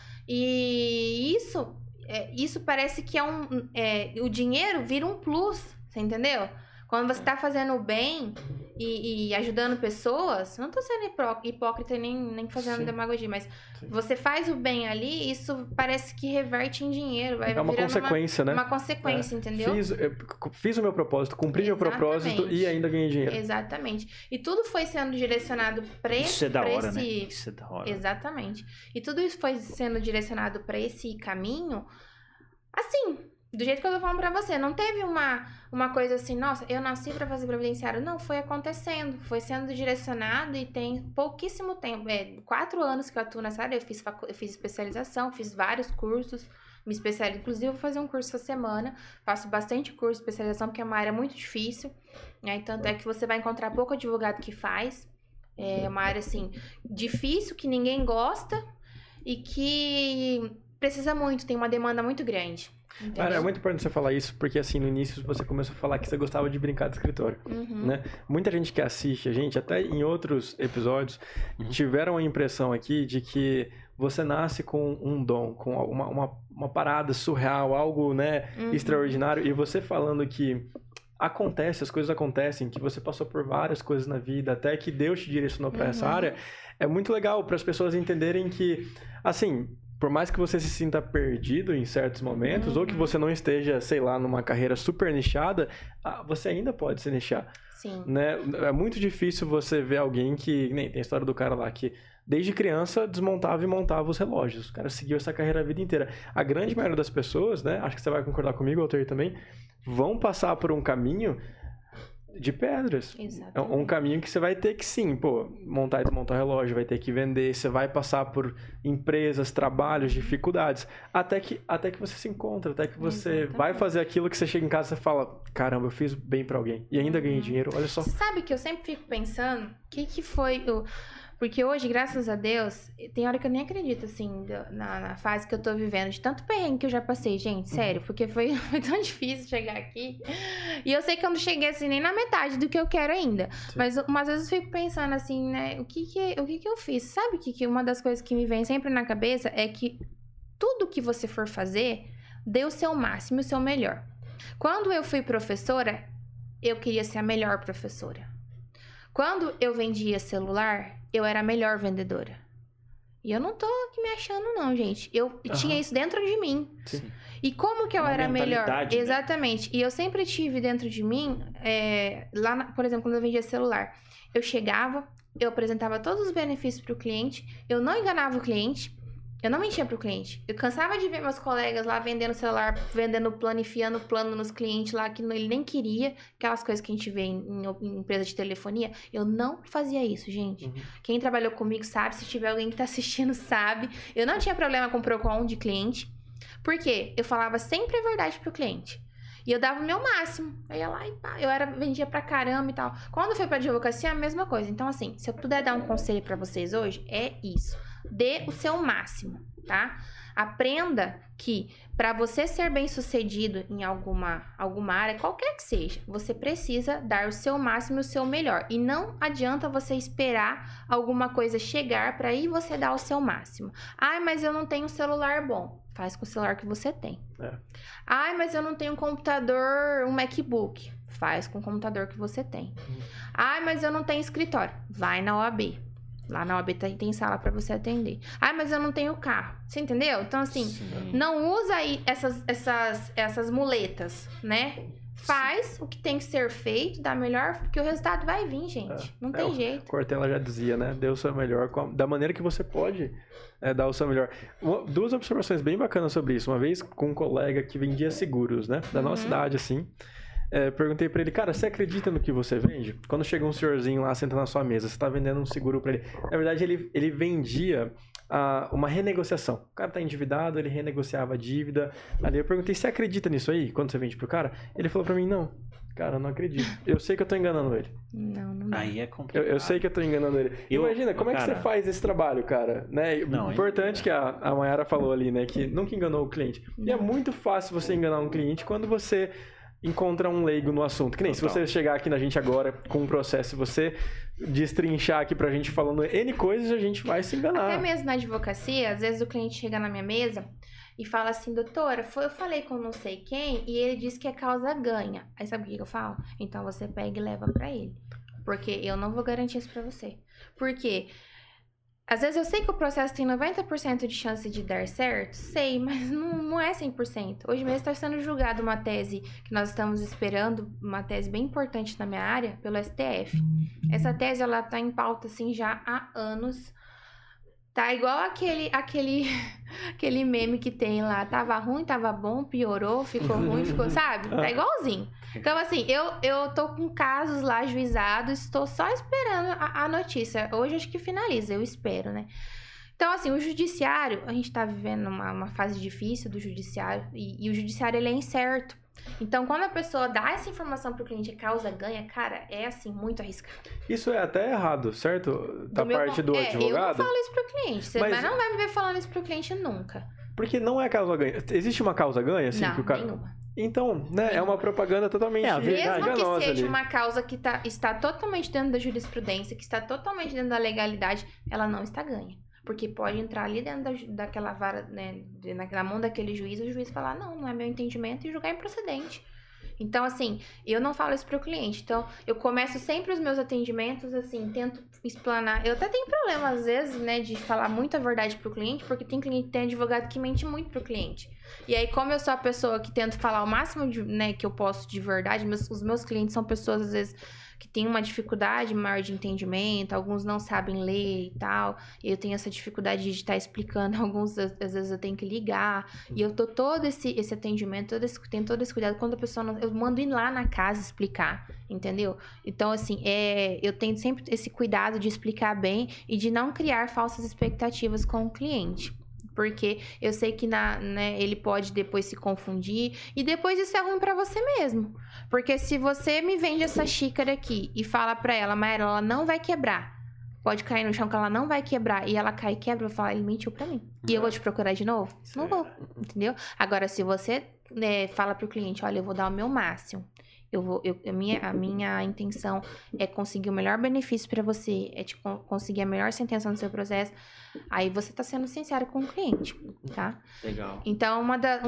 Speaker 3: E isso parece que o dinheiro vira um plus, você entendeu? Quando você tá fazendo o bem e ajudando pessoas, não tô sendo hipócrita nem fazendo demagogia, mas você faz o bem ali, isso parece que reverte em dinheiro. Vai
Speaker 1: é uma consequência, né?
Speaker 3: Uma consequência, entendeu?
Speaker 1: Fiz o meu propósito, cumpri meu propósito e ainda ganhei dinheiro.
Speaker 3: Exatamente. E tudo foi sendo direcionado para esse...
Speaker 2: Isso é da hora, né? Isso é da hora.
Speaker 3: Exatamente. E tudo isso foi sendo direcionado para esse caminho, assim... Do jeito que eu tô falando pra você, não teve uma coisa assim, nossa, eu nasci pra fazer previdenciário. Não, foi acontecendo, foi sendo direcionado e tem pouquíssimo tempo. 4 anos que eu atuo nessa área, eu fiz especialização, fiz vários cursos, me especializo. Inclusive, eu vou fazer um curso essa semana. Faço bastante curso de especialização, porque é uma área muito difícil. Né? Tanto é que você vai encontrar pouco advogado que faz. É uma área, assim, difícil, que ninguém gosta e que precisa muito, tem uma demanda muito grande.
Speaker 1: Cara, é muito importante você falar isso, porque assim, no início você começou a falar que você gostava de brincar de escritório, né? Muita gente que assiste a gente, até em outros episódios, tiveram a impressão aqui de que você nasce com um dom, com uma parada surreal, algo, né, extraordinário, e você falando que as coisas acontecem, que você passou por várias coisas na vida, até que Deus te direcionou para essa área, é muito legal para as pessoas entenderem que, assim, por mais que você se sinta perdido em certos momentos, ou que você não esteja, sei lá, numa carreira super nichada, você ainda pode se nichar.
Speaker 3: Sim.
Speaker 1: Né? É muito difícil você ver alguém que, nem tem a história do cara lá, que desde criança desmontava e montava os relógios. O cara seguiu essa carreira a vida inteira. A grande maioria das pessoas, né, acho que você vai concordar comigo, Altair, também, vão passar por um caminho de pedras.
Speaker 3: Exatamente.
Speaker 1: É um caminho que você vai ter que, sim, montar e desmontar o relógio, vai ter que vender, você vai passar por empresas, trabalhos, dificuldades, até que você se encontra, até que você vai fazer aquilo que você chega em casa e você fala, caramba, eu fiz bem pra alguém, e ainda ganhei dinheiro, olha só.
Speaker 3: Você sabe que eu sempre fico pensando, o que foi o... Porque hoje, graças a Deus, tem hora que eu nem acredito, assim, na fase que eu tô vivendo, de tanto perrengue que eu já passei, gente, sério, porque foi tão difícil chegar aqui. E eu sei que eu não cheguei, assim, nem na metade do que eu quero ainda. Sim. Mas umas vezes eu fico pensando, assim, né, o que eu fiz? Sabe que uma das coisas que me vem sempre na cabeça é que tudo que você for fazer, dê o seu máximo, o seu melhor. Quando eu fui professora, eu queria ser a melhor professora. Quando eu vendia celular, eu era a melhor vendedora. E eu não tô aqui me achando, não, gente. Eu tinha isso dentro de mim.
Speaker 2: Sim.
Speaker 3: E como que eu era melhor?
Speaker 2: Né?
Speaker 3: Exatamente. E eu sempre tive dentro de mim, por exemplo, quando eu vendia celular, eu chegava, eu apresentava todos os benefícios para o cliente, eu não enganava o cliente, eu não mentia pro cliente. Eu cansava de ver meus colegas lá vendendo celular, vendendo plano, enfiando plano nos clientes lá que ele nem queria. Aquelas coisas que a gente vê em empresa de telefonia. Eu não fazia isso, gente. Quem trabalhou comigo sabe, se tiver alguém que tá assistindo sabe. Eu não tinha problema com o Procon de cliente. Por quê? Eu falava sempre a verdade pro cliente. E eu dava o meu máximo. Eu ia lá e pá, vendia pra caramba e tal. Quando foi pra advocacia, a mesma coisa. Então, assim, se eu puder dar um conselho pra vocês hoje, é isso. Dê o seu máximo, tá? Aprenda que para você ser bem-sucedido em alguma área, qualquer que seja, você precisa dar o seu máximo e o seu melhor. E não adianta você esperar alguma coisa chegar para aí você dar o seu máximo. Ai, mas eu não tenho um celular bom. Faz com o celular que você tem. Ai, mas eu não tenho um computador, um MacBook. Faz com o computador que você tem. Ai, mas eu não tenho escritório. Vai na OAB. Lá na OAB tem sala pra você atender. Ah, mas eu não tenho carro. Você entendeu? Então, assim, não usa aí essas muletas, né? Faz o que tem que ser feito, dá melhor, porque o resultado vai vir, gente. Não tem jeito.
Speaker 1: Cortella já dizia, né? Dê o seu melhor da maneira que você pode dar o seu melhor. Duas observações bem bacanas sobre isso. Uma vez com um colega que vendia seguros, né? Da nossa cidade, assim. Perguntei pra ele, cara, você acredita no que você vende? Quando chega um senhorzinho lá, senta na sua mesa, você tá vendendo um seguro pra ele. Na verdade, ele vendia uma renegociação. O cara tá endividado, ele renegociava a dívida. Ali eu perguntei, você acredita nisso aí? Quando você vende pro cara? Ele falou pra mim, não. Cara, eu não acredito. Eu sei que eu tô enganando ele.
Speaker 3: Não.
Speaker 2: Aí é complicado.
Speaker 1: Eu sei que eu tô enganando ele. Imagina, como é que você faz esse trabalho, cara? Né? Importante que a Mayara falou ali, né? Que nunca enganou o cliente. E é muito fácil você enganar um cliente quando você encontra um leigo no assunto. Que nem se você chegar aqui na gente agora com um processo, você destrinchar aqui pra gente falando N coisas, a gente vai se enganar.
Speaker 3: Até mesmo na advocacia, às vezes o cliente chega na minha mesa e fala assim, doutora, eu falei com não sei quem e ele disse que a causa ganha. Aí sabe o que eu falo? Então você pega e leva pra ele. Porque eu não vou garantir isso pra você. Por quê? Às vezes eu sei que o processo tem 90% de chance de dar certo, sei, mas não é 100%. Hoje mesmo está sendo julgada uma tese que nós estamos esperando, uma tese bem importante na minha área, pelo STF. Essa tese, ela tá em pauta, assim, já há anos. Tá igual aquele meme que tem lá, tava ruim, tava bom, piorou, ficou ruim, ficou, sabe? Tá igualzinho. Então, assim, eu tô com casos lá ajuizados, estou só esperando a notícia. Hoje acho que finaliza, eu espero, né? Então, assim, o judiciário, a gente tá vivendo uma fase difícil do judiciário e o judiciário, ele é incerto. Então, quando a pessoa dá essa informação pro cliente e causa ganha, cara, é assim, muito arriscado.
Speaker 1: Isso é até errado, certo? Da parte do advogado?
Speaker 3: Eu não falo isso pro cliente. Você não vai me ver falando isso pro cliente nunca.
Speaker 1: Porque não é causa ganha. Existe uma causa ganha, assim,
Speaker 3: não,
Speaker 1: que o cara...
Speaker 3: nenhuma.
Speaker 1: Então, né, é uma propaganda totalmente
Speaker 3: mesmo que seja
Speaker 1: ali.
Speaker 3: uma causa que está totalmente dentro da jurisprudência, que está totalmente dentro da legalidade, ela não está ganha. Porque pode entrar ali dentro daquela vara, né, na mão daquele juiz, o juiz falar, não é meu entendimento, e julgar improcedente. Então, assim, eu não falo isso pro cliente. Então, eu começo sempre os meus atendimentos, assim, tento explanar. Eu até tenho problema, às vezes, né, de falar muita verdade pro cliente, porque tem advogado que mente muito pro cliente. E aí, como eu sou a pessoa que tento falar o máximo né, que eu posso de verdade, os meus clientes são pessoas, às vezes, que têm uma dificuldade maior de entendimento, alguns não sabem ler e tal, e eu tenho essa dificuldade de estar explicando, alguns, às vezes, eu tenho que ligar, e eu dou todo esse atendimento, tenho todo esse cuidado, quando a pessoa não... Eu mando ir lá na casa explicar, entendeu? Então, assim, eu tenho sempre esse cuidado de explicar bem e de não criar falsas expectativas com o cliente. Porque eu sei que ele pode depois se confundir. E depois isso é ruim pra você mesmo. Porque se você me vende essa xícara aqui e fala pra ela, Mayara, ela não vai quebrar. Pode cair no chão que ela não vai quebrar. E ela cai e quebra, eu vou falar, ele mentiu pra mim. E eu vou te procurar de novo? Não vou, entendeu? Agora, se você fala pro cliente, olha, eu vou dar o meu máximo. A minha intenção é conseguir o melhor benefício para você, é conseguir a melhor sentença no seu processo. Aí você tá sendo sincero com o cliente, tá?
Speaker 2: Legal.
Speaker 3: Então,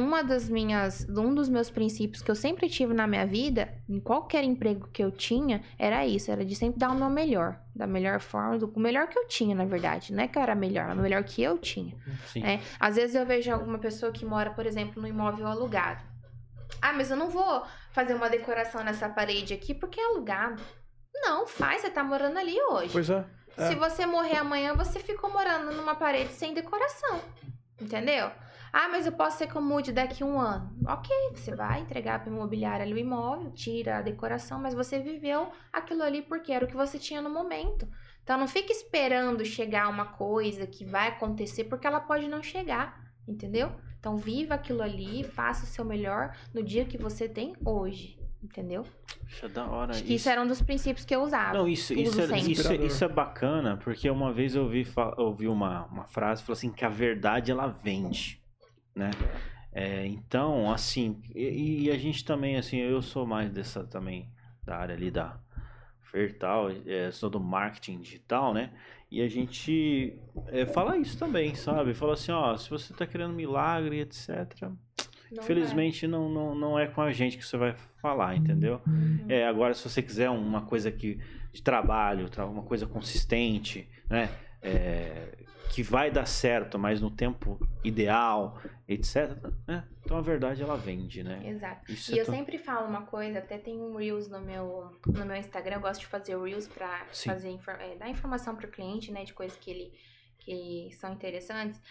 Speaker 3: um dos meus princípios que eu sempre tive na minha vida, em qualquer emprego que eu tinha, era isso, era de sempre dar o meu melhor, da melhor forma, o melhor que eu tinha, na verdade. Não é que eu era melhor, é o melhor que eu tinha.
Speaker 2: Sim.
Speaker 3: Às vezes eu vejo alguma pessoa que mora, por exemplo, no imóvel alugado. Ah, mas eu não vou fazer uma decoração nessa parede aqui porque é alugado. Não, faz, você tá morando ali hoje.
Speaker 1: Pois é.
Speaker 3: Se você morrer amanhã, você ficou morando numa parede sem decoração. Entendeu? Ah, mas eu posso ser que eu mude daqui a um ano. Ok, você vai entregar para imobiliária ali o imóvel, tira a decoração, mas você viveu aquilo ali porque era o que você tinha no momento. Então não fique esperando chegar uma coisa que vai acontecer porque ela pode não chegar, entendeu? Então, viva aquilo ali, faça o seu melhor no dia que você tem hoje, entendeu?
Speaker 2: Puxa, da hora.
Speaker 3: Acho que isso era um dos princípios que eu usava.
Speaker 2: Não, isso é bacana, porque uma vez eu ouvi uma frase, falou assim, que a verdade, ela vende, né? Então, assim, e a gente também, assim, eu sou mais dessa também, da área ali da Fertal, sou do marketing digital, né? E a gente fala isso também, sabe? Fala assim, ó, se você tá querendo milagre, etc. Infelizmente não é com a gente que você vai falar, entendeu? Agora, se você quiser uma coisa de trabalho, uma coisa consistente, né? Que vai dar certo, mas no tempo ideal, etc. Né? Então a verdade ela vende, né?
Speaker 3: Exato. Isso eu sempre falo uma coisa, até tem um Reels no meu Instagram, eu gosto de fazer Reels pra dar informação pro cliente, né? De coisas que são interessantes.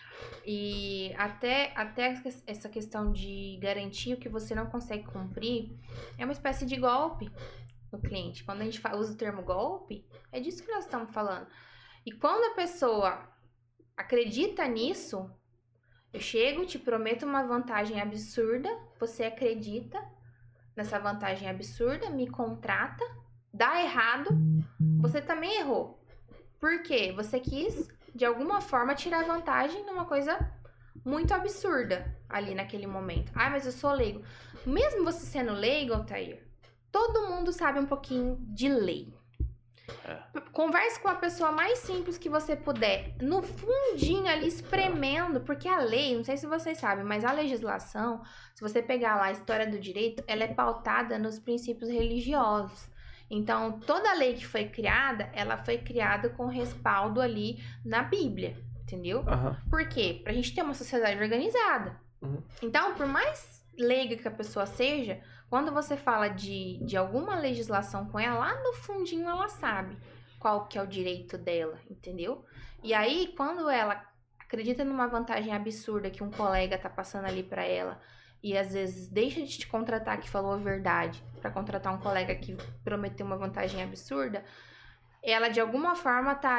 Speaker 3: E até essa questão de garantir o que você não consegue cumprir é uma espécie de golpe no cliente. Quando a gente usa o termo golpe, é disso que nós estamos falando. E quando a pessoa acredita nisso, eu chego, te prometo uma vantagem absurda, você acredita nessa vantagem absurda, me contrata, dá errado, você também errou. Por quê? Você quis, de alguma forma, tirar vantagem numa coisa muito absurda ali naquele momento. Ah, mas eu sou leigo. Mesmo você sendo leigo, Altair, todo mundo sabe um pouquinho de lei. Converse com a pessoa mais simples que você puder, no fundinho ali, espremendo, porque a lei, não sei se vocês sabem, mas a legislação, se você pegar lá a história do direito, ela é pautada nos princípios religiosos. Então, toda lei que foi criada, ela foi criada com respaldo ali na Bíblia, entendeu? Por quê? Pra gente ter uma sociedade organizada. Então, por mais leiga que a pessoa seja, quando você fala de alguma legislação com ela, lá no fundinho ela sabe qual que é o direito dela, entendeu? E aí, quando ela acredita numa vantagem absurda que um colega tá passando ali pra ela, e às vezes deixa de te contratar que falou a verdade, pra contratar um colega que prometeu uma vantagem absurda, ela de alguma forma tá ali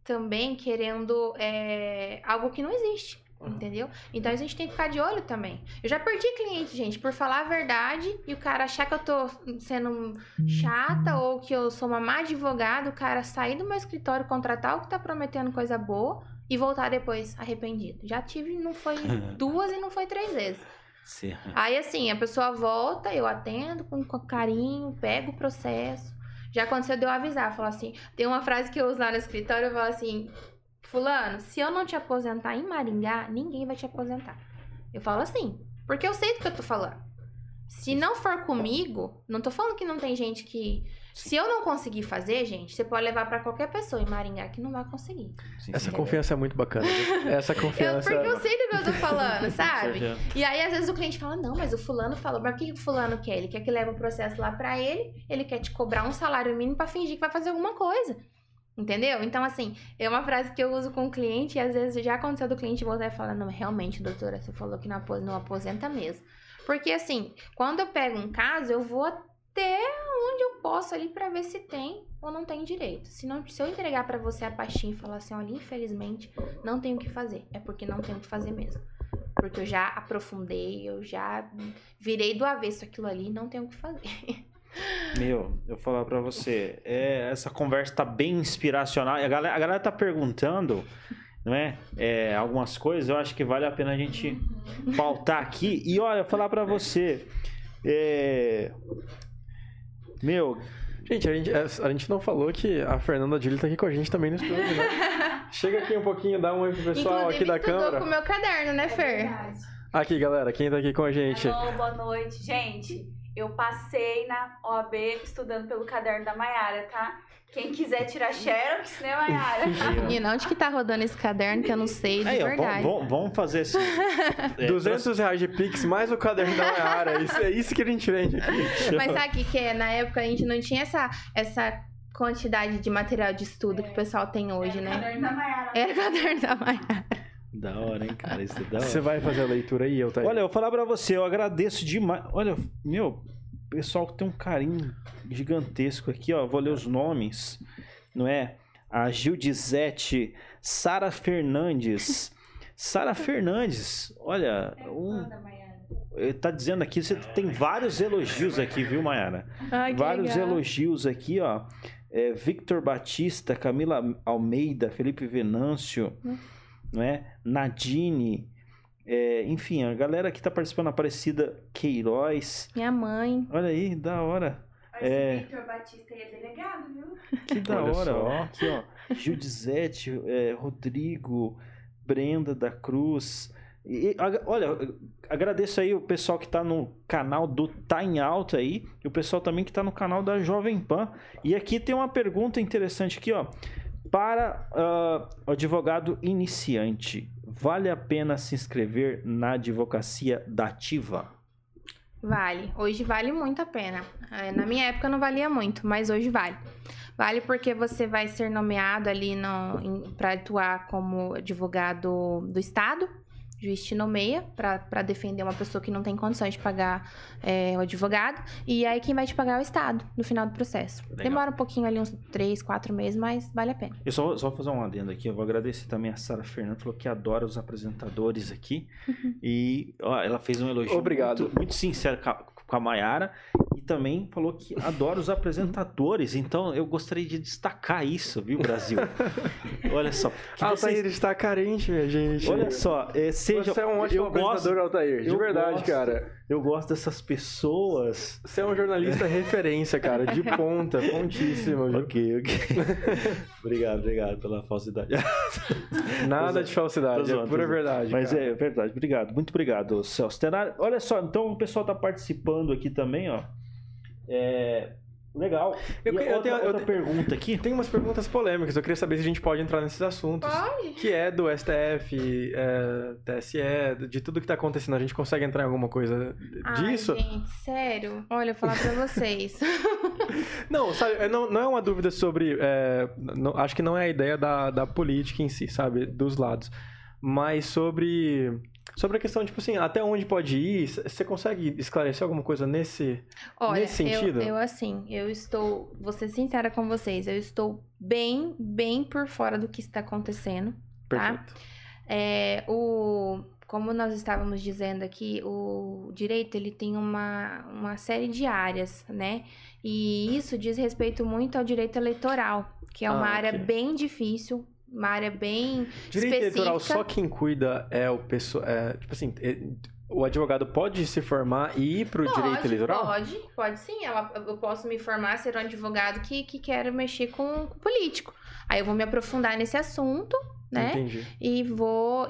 Speaker 3: também querendo algo que não existe. Entendeu? Então a gente tem que ficar de olho também. Eu já perdi cliente, gente, por falar a verdade e o cara achar que eu tô sendo chata ou que eu sou uma má advogada, o cara sair do meu escritório, contratar o que tá prometendo coisa boa e voltar depois arrependido. Já tive, não foi 2 e não foi 3 vezes.
Speaker 2: Sim.
Speaker 3: Aí assim, a pessoa volta, eu atendo com carinho, pego o processo. Já aconteceu de eu avisar, falar assim, tem uma frase que eu uso lá no escritório, eu falo assim: fulano, se eu não te aposentar em Maringá, ninguém vai te aposentar. Eu falo assim, porque eu sei do que eu tô falando. Se não for comigo, não tô falando que não tem gente que... Se eu não conseguir fazer, gente, você pode levar pra qualquer pessoa em Maringá que não vai conseguir.
Speaker 1: Essa confiança é muito bacana. Essa confiança...
Speaker 3: Porque eu sei do que eu tô falando, sabe? E aí, às vezes, o cliente fala, não, mas o fulano falou. Mas o que o fulano quer? Ele quer que leve o processo lá pra ele quer te cobrar um salário mínimo pra fingir que vai fazer alguma coisa. Entendeu? Então, assim, é uma frase que eu uso com o cliente e às vezes já aconteceu do cliente voltar e falar, não, realmente, doutora, você falou que não aposenta mesmo. Porque, assim, quando eu pego um caso, eu vou até onde eu posso ali pra ver se tem ou não tem direito. Se eu entregar pra você a pastinha e falar assim, olha, infelizmente, não tenho o que fazer. É porque não tenho o que fazer mesmo. Porque eu já aprofundei, eu já virei do avesso aquilo ali, não tenho o que fazer.
Speaker 2: Meu, eu vou falar pra você, essa conversa tá bem inspiracional. A galera tá perguntando, não é? Algumas coisas, eu acho que vale a pena a gente pautar aqui. E olha, falar pra você, meu...
Speaker 1: Gente, a gente não falou que a Fernanda Dilli tá aqui com a gente também no estúdio, né? Chega aqui um pouquinho, dá um oi pro pessoal. Inclusive, aqui da câmera.
Speaker 3: Com o meu caderno, né, Fer?
Speaker 1: Aqui, galera, quem tá aqui com a gente?
Speaker 4: Alô, boa noite, gente. Eu passei na OAB estudando pelo caderno da Maiara, tá? Quem quiser tirar xerox, né, Maiara?
Speaker 3: Menina, onde que tá rodando esse caderno que eu não sei de verdade?
Speaker 2: Vamos fazer esse...
Speaker 1: R$200 de Pix mais o caderno da Maiara. É isso que a gente vende aqui.
Speaker 3: Mas sabe o que na época a gente não tinha essa quantidade de material de estudo que o pessoal tem hoje, né?
Speaker 4: Caderno da Maiara.
Speaker 3: Era o caderno da Maiara.
Speaker 2: Da hora, hein, cara? Isso é da hora.
Speaker 1: Você vai fazer a leitura aí, Altair?
Speaker 2: Olha, eu vou falar pra você, eu agradeço demais. Olha, meu, o pessoal tem um carinho gigantesco aqui, ó. Vou ler os nomes, não é? A Gildizete, Sara Fernandes. Sara Fernandes, olha, tá dizendo aqui, você tem vários elogios aqui, viu, Maiara?
Speaker 3: Ai,
Speaker 2: vários elogios aqui, ó. Victor Batista, Camila Almeida, Felipe Venâncio, não é? Nadine, enfim, a galera que tá participando, Aparecida Queiroz.
Speaker 3: Minha mãe.
Speaker 2: Olha aí, da hora.
Speaker 4: Esse Victor Batista aí é delegado, viu?
Speaker 2: Que da
Speaker 1: Olha
Speaker 2: hora,
Speaker 1: só.
Speaker 2: ó. Aqui, ó. Gildizete, Rodrigo, Brenda da Cruz. Olha, agradeço aí o pessoal que tá no canal do Tá em Alta aí. E o pessoal também que tá no canal da Jovem Pan. E aqui tem uma pergunta interessante aqui, ó. Para o advogado iniciante, vale a pena se inscrever na advocacia dativa?
Speaker 3: Vale. Hoje vale muito a pena. Na minha época não valia muito, mas hoje vale. Vale porque você vai ser nomeado ali para atuar como advogado do Estado. O juiz te nomeia para defender uma pessoa que não tem condições de pagar o advogado. E aí quem vai te pagar é o Estado no final do processo.
Speaker 2: Legal.
Speaker 3: Demora um pouquinho ali, uns 3, 4 meses, mas vale a pena.
Speaker 2: Eu só vou fazer um adendo aqui. Eu vou agradecer também a Sara Fernanda, falou que adora os apresentadores aqui. E ó, ela fez um elogio
Speaker 1: Obrigado.
Speaker 2: muito sincero com a Maiara. E também falou que adora os apresentadores. Então eu gostaria de destacar isso, viu, Brasil? Olha só. Que
Speaker 1: Altair está carente, minha gente.
Speaker 2: Olha só,
Speaker 1: Você é um ótimo apresentador, Altair. De verdade, cara.
Speaker 2: Eu gosto dessas pessoas.
Speaker 1: Você é um jornalista referência, cara. De ponta, pontíssimo. Viu?
Speaker 2: Ok. Obrigado pela falsidade.
Speaker 1: Nada de falsidade, é pura verdade.
Speaker 2: Mas
Speaker 1: cara.
Speaker 2: é verdade, obrigado. Muito obrigado, Celso. Olha só, então o pessoal tá participando aqui também, ó. Legal.
Speaker 1: Eu tenho
Speaker 2: outra pergunta aqui.
Speaker 1: Tem umas perguntas polêmicas, eu queria saber se a gente pode entrar nesses assuntos.
Speaker 3: Pode.
Speaker 1: Que é do STF, TSE, de tudo que tá acontecendo. A gente consegue entrar em alguma coisa disso?
Speaker 3: Ai, gente, sério. Olha, eu vou falar pra vocês.
Speaker 1: Não, sabe, não é uma dúvida sobre... acho que não é a ideia da política em si, sabe? Dos lados. Mas sobre Sobre a questão, tipo assim, até onde pode ir, você consegue esclarecer alguma coisa nesse sentido?
Speaker 3: Eu estou, vou ser sincera com vocês, eu estou bem por fora do que está acontecendo, tá?
Speaker 1: Perfeito.
Speaker 3: Como nós estávamos dizendo aqui, o direito, ele tem uma série de áreas, né? E isso diz respeito muito ao direito eleitoral, que é uma área bem difícil, uma área bem
Speaker 1: direito
Speaker 3: específica.
Speaker 1: eleitoral, só quem cuida é o pessoal, tipo assim, o advogado pode se formar e ir pro direito eleitoral?
Speaker 3: Pode sim. Eu posso me formar, ser um advogado que quer mexer com político. Aí eu vou me aprofundar nesse assunto, né?
Speaker 1: Entendi.
Speaker 3: E vou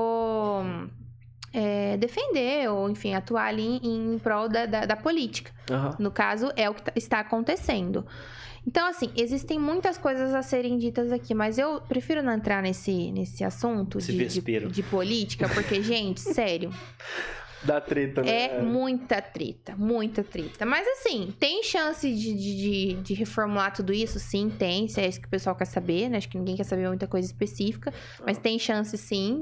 Speaker 3: defender, ou enfim, atuar ali em prol da política. No caso, é o que está acontecendo. Então, assim, existem muitas coisas a serem ditas aqui, mas eu prefiro não entrar nesse assunto de política, porque, gente, sério...
Speaker 1: Dá treta, né?
Speaker 3: É muita treta. Mas, assim, tem chance de reformular tudo isso? Sim, tem. Se é isso que o pessoal quer saber, né? Acho que ninguém quer saber muita coisa específica. Mas tem chance, sim,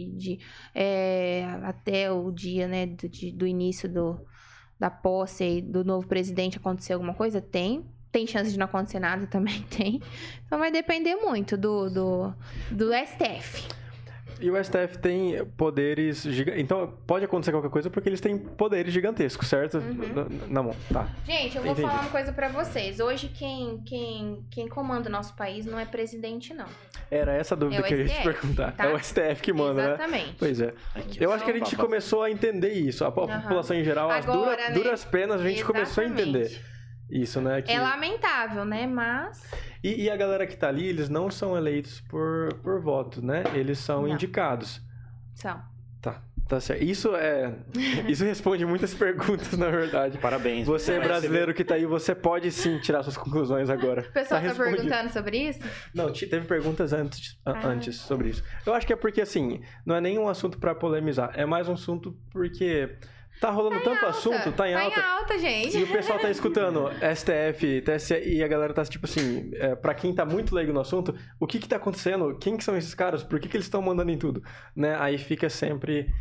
Speaker 3: até o dia, né, do início da posse aí, do novo presidente acontecer alguma coisa? Tem. Tem chance de não acontecer nada? Também tem. Então, vai depender muito do STF.
Speaker 1: E o STF tem poderes gigantes. Então, pode acontecer qualquer coisa porque eles têm poderes gigantescos, certo? Na mão, tá.
Speaker 3: Gente, eu vou falar uma coisa pra vocês. Hoje, quem comanda o nosso país não é presidente, não.
Speaker 1: Era essa a dúvida que eu ia te perguntar.
Speaker 3: Tá?
Speaker 1: É o STF que manda,
Speaker 3: Exatamente.
Speaker 1: né? Pois é. Eu acho que a gente começou a entender isso. A população em geral,
Speaker 3: agora,
Speaker 1: as duras penas, a gente começou a entender. Isso, né?
Speaker 3: É lamentável, né? Mas...
Speaker 1: E a galera que tá ali, eles não são eleitos por voto, né? Eles são indicados.
Speaker 3: São.
Speaker 1: Tá certo. Isso responde muitas perguntas, na verdade.
Speaker 2: Parabéns.
Speaker 1: Você é brasileiro que tá aí, você pode sim tirar suas conclusões agora.
Speaker 3: O pessoal tá perguntando sobre isso?
Speaker 1: Não, teve perguntas antes sobre isso. Eu acho que é porque, assim, não é nem um assunto pra polemizar. É mais um assunto porque... Tá rolando tanto assunto, tá em alta.
Speaker 3: Tá em alta, gente.
Speaker 1: E o pessoal tá escutando STF, TSE, e a galera tá tipo assim, pra quem tá muito leigo no assunto, o que tá acontecendo? Quem que são esses caras? Por que eles estão mandando em tudo? Né? Aí fica sempre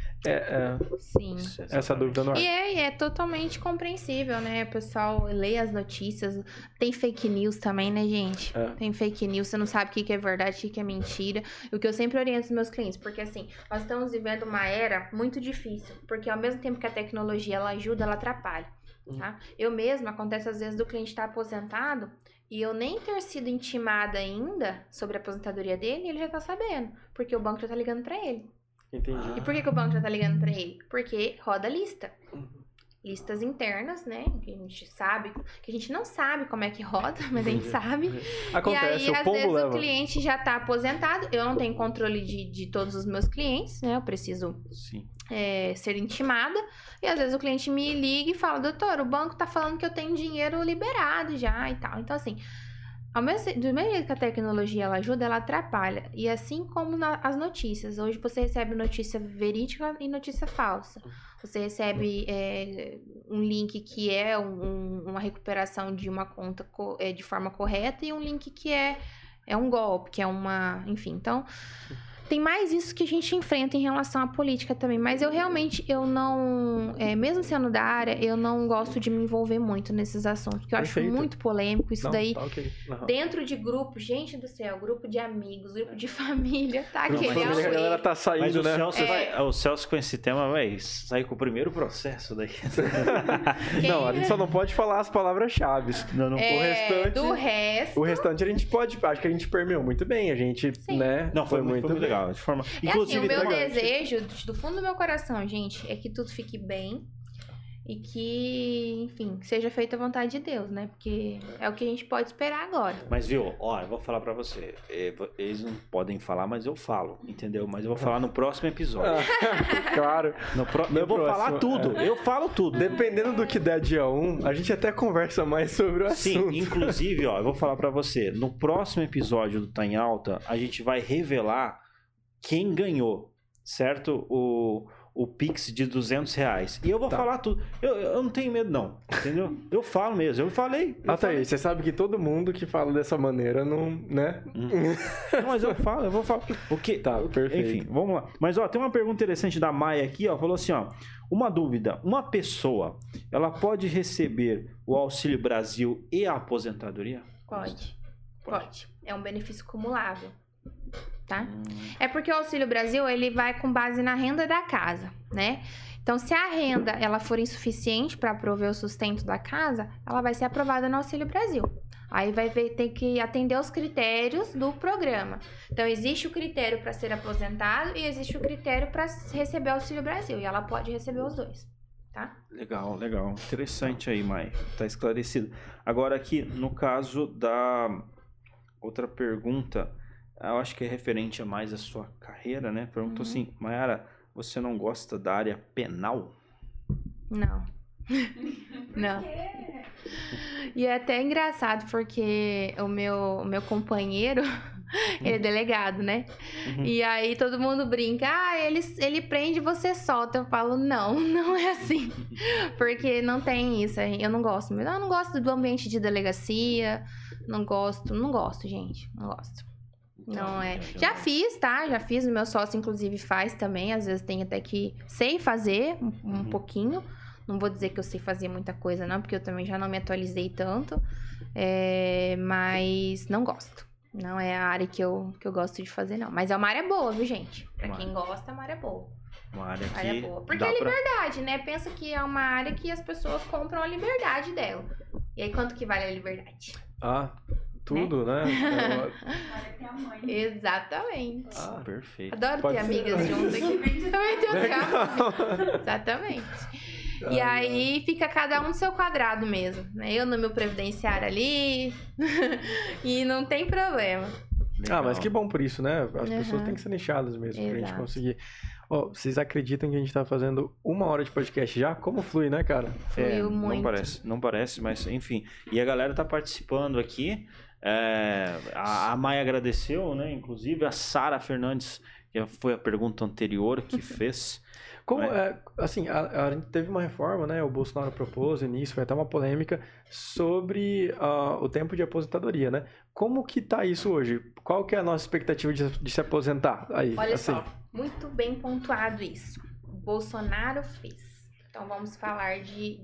Speaker 3: Sim.
Speaker 1: essa dúvida no ar.
Speaker 3: E é totalmente compreensível, né? O pessoal lê as notícias. Tem fake news também, né, gente? Tem fake news, você não sabe o que é verdade, o que é mentira. O que eu sempre oriento os meus clientes, porque assim, nós estamos vivendo uma era muito difícil, porque ao mesmo tempo que a tecnologia ela ajuda, ela atrapalha, tá? Eu mesma, acontece às vezes do cliente estar aposentado e eu nem ter sido intimada ainda sobre a aposentadoria dele, e ele já tá sabendo, porque o banco já tá ligando pra ele.
Speaker 1: Entendi.
Speaker 3: E por que o banco já tá ligando pra ele? Porque roda lista. Listas internas, né? Que a gente sabe, que a gente não sabe como é que roda, mas a gente sabe.
Speaker 1: Acontece,
Speaker 3: e aí,
Speaker 1: o
Speaker 3: às
Speaker 1: pombo
Speaker 3: vezes,
Speaker 1: leva.
Speaker 3: o cliente já tá aposentado. Eu não tenho controle de todos os meus clientes, né? Eu preciso ser intimada. E às vezes o cliente me liga e fala, doutor, o banco tá falando que eu tenho dinheiro liberado já e tal. Então, assim, do mesmo jeito que a tecnologia ela ajuda, ela atrapalha. E assim como as notícias. Hoje você recebe notícia verídica e notícia falsa. Você recebe um link que é uma recuperação de uma conta de forma correta e um link que é um golpe, que é uma... Enfim, então... Tem mais isso que a gente enfrenta em relação à política também. Mas eu realmente, não... mesmo sendo da área, eu não gosto de me envolver muito nesses assuntos. Porque eu acho muito polêmico isso daí.
Speaker 1: Tá okay.
Speaker 3: Dentro de grupo, gente do céu, grupo de amigos, grupo de família, tá aquele
Speaker 1: a galera tá saindo,
Speaker 2: mas
Speaker 1: né?
Speaker 2: O Celso com esse tema vai sair com o primeiro processo daí.
Speaker 1: Não, a gente só não pode falar as palavras-chave. O restante a gente pode... Acho que a gente permeou muito bem. A gente, né?
Speaker 2: Não, foi muito legal. De forma...
Speaker 3: Inclusive, o meu desejo, do fundo do meu coração, gente, é que tudo fique bem e que, enfim, seja feita a vontade de Deus, né? Porque é o que a gente pode esperar agora.
Speaker 2: Mas, viu, eu vou falar pra você. Eles não podem falar, mas eu falo, entendeu? Mas eu vou falar no próximo episódio.
Speaker 1: Claro.
Speaker 2: Eu vou falar tudo. Eu falo tudo.
Speaker 1: Dependendo do que der dia 1, a gente até conversa mais sobre o assunto.
Speaker 2: Sim, inclusive, eu vou falar pra você. No próximo episódio do Tá em Alta, a gente vai revelar quem ganhou, certo? O o Pix de R$200. E eu vou falar tudo. Eu não tenho medo, não. Entendeu? Eu falo mesmo. Eu falei.
Speaker 1: Aí, você sabe que todo mundo que fala dessa maneira não, né?
Speaker 2: Não, mas eu vou falar.
Speaker 1: Tá, perfeito.
Speaker 2: Enfim, vamos lá. Mas, ó, tem uma pergunta interessante da Maia aqui, ó. Falou assim, ó. Uma dúvida. Uma pessoa, ela pode receber o Auxílio Brasil e a aposentadoria?
Speaker 3: Pode. É um benefício cumulável. Tá? É porque o Auxílio Brasil, ele vai com base na renda da casa, né? Então, se a renda ela for insuficiente para prover o sustento da casa, ela vai ser aprovada no Auxílio Brasil. Aí vai ter que atender aos critérios do programa. Então, existe o critério para ser aposentado e existe o critério para receber o Auxílio Brasil. E ela pode receber os dois, tá?
Speaker 2: Legal. Interessante aí, Mai. Tá esclarecido. Agora aqui, no caso da outra pergunta... Eu acho que é referente a mais a sua carreira, né? Perguntou assim, Mayara, você não gosta da área penal?
Speaker 3: Não. Não. E é até engraçado, porque o meu companheiro, ele é delegado, né? E aí todo mundo brinca, ele prende e você solta. Eu falo, não é assim. Porque não tem isso, eu não gosto. Eu não gosto do ambiente de delegacia, não gosto, gente, não gosto. Não é. Já fiz, tá? Já fiz. O meu sócio, inclusive, faz também. Às vezes tem até que sei fazer um pouquinho. Não vou dizer que eu sei fazer muita coisa, não, porque eu também já não me atualizei tanto. Mas não gosto. Não é a área que eu gosto de fazer, não. Mas é uma área boa, viu, gente? Pra quem gosta, é uma área boa.
Speaker 2: Uma área que
Speaker 3: boa. Porque é liberdade, né? Pensa que é uma área que as pessoas compram a liberdade dela. E aí, quanto que vale a liberdade?
Speaker 1: Tudo, né?
Speaker 3: Exatamente.
Speaker 2: Perfeito.
Speaker 3: Adoro ter amigas juntas aqui. Também tenho Exatamente. E aí fica cada um no seu quadrado mesmo, né? Eu no meu previdenciário ali e não tem problema.
Speaker 2: Legal.
Speaker 1: Mas que bom por isso, né? As pessoas têm que ser nichadas mesmo. Pra gente conseguir. Vocês acreditam que a gente tá fazendo 1 hora de podcast já? Como flui, né, cara?
Speaker 3: Fluiu muito.
Speaker 2: Não parece, mas enfim. E a galera tá participando aqui. A Maia agradeceu, né? Inclusive a Sara Fernandes, que foi a pergunta anterior que fez.
Speaker 1: Assim, a gente teve uma reforma, né? O Bolsonaro propôs início, foi até uma polêmica sobre o tempo de aposentadoria, né? Como que tá isso hoje? Qual que é a nossa expectativa de se aposentar? Aí,
Speaker 3: olha só, muito bem pontuado isso. O Bolsonaro fez. Então vamos falar de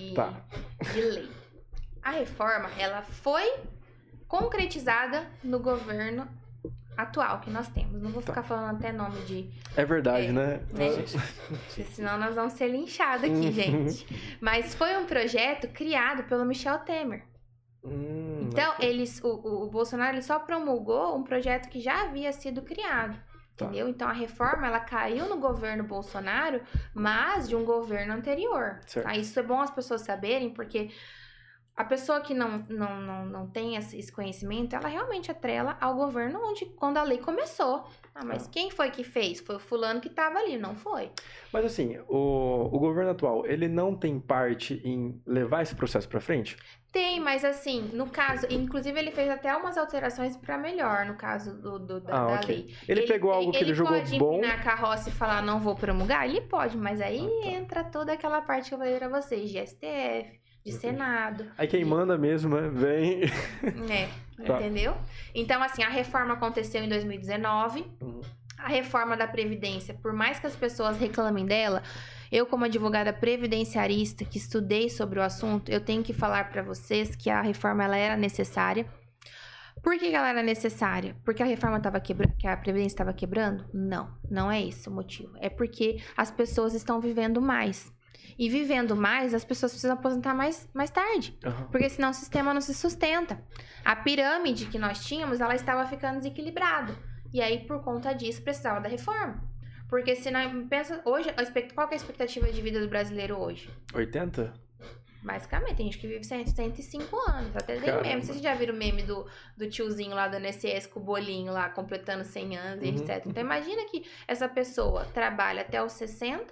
Speaker 3: lei. A reforma, ela foi concretizada no governo atual que nós temos. Não vou ficar falando até nome de...
Speaker 1: É verdade, né?
Speaker 3: Porque senão nós vamos ser linchados aqui, gente. Mas foi um projeto criado pelo Michel Temer. Então, o Bolsonaro ele só promulgou um projeto que já havia sido criado. Entendeu? Então, a reforma, ela caiu no governo Bolsonaro, mas de um governo anterior. Tá? Isso é bom as pessoas saberem, porque... A pessoa que não tem esse conhecimento, ela realmente atrela ao governo quando a lei começou. Mas quem foi que fez? Foi o fulano que estava ali, não foi.
Speaker 1: Mas assim, o governo atual, ele não tem parte em levar esse processo para frente?
Speaker 3: Tem, mas assim, no caso, inclusive ele fez até umas alterações para melhor, no caso da lei.
Speaker 1: Ele pegou algo que ele julgou bom...
Speaker 3: Ele pode empinar a carroça e falar, não vou promulgar? Ele pode, mas aí entra toda aquela parte que eu falei para vocês, de STF, de Senado.
Speaker 1: Aí quem manda mesmo, né? Vem...
Speaker 3: Entendeu? Então, assim, a reforma aconteceu em 2019. A reforma da Previdência, por mais que as pessoas reclamem dela, eu, como advogada previdenciarista, que estudei sobre o assunto, eu tenho que falar para vocês que a reforma ela era necessária. Por que ela era necessária? Porque a reforma que a Previdência estava quebrando? Não é esse o motivo. É porque as pessoas estão vivendo mais. E vivendo mais, as pessoas precisam aposentar mais tarde. Porque senão o sistema não se sustenta. A pirâmide que nós tínhamos, ela estava ficando desequilibrada. E aí, por conta disso, precisava da reforma. Porque se nós pensa hoje, qual que é a expectativa de vida do brasileiro hoje?
Speaker 1: 80?
Speaker 3: Basicamente, tem gente que vive 105 anos. Até tem meme. Vocês já viram o meme do tiozinho lá do INSS com o bolinho lá, completando 100 anos e etc. Então, imagina que essa pessoa trabalha até os 60...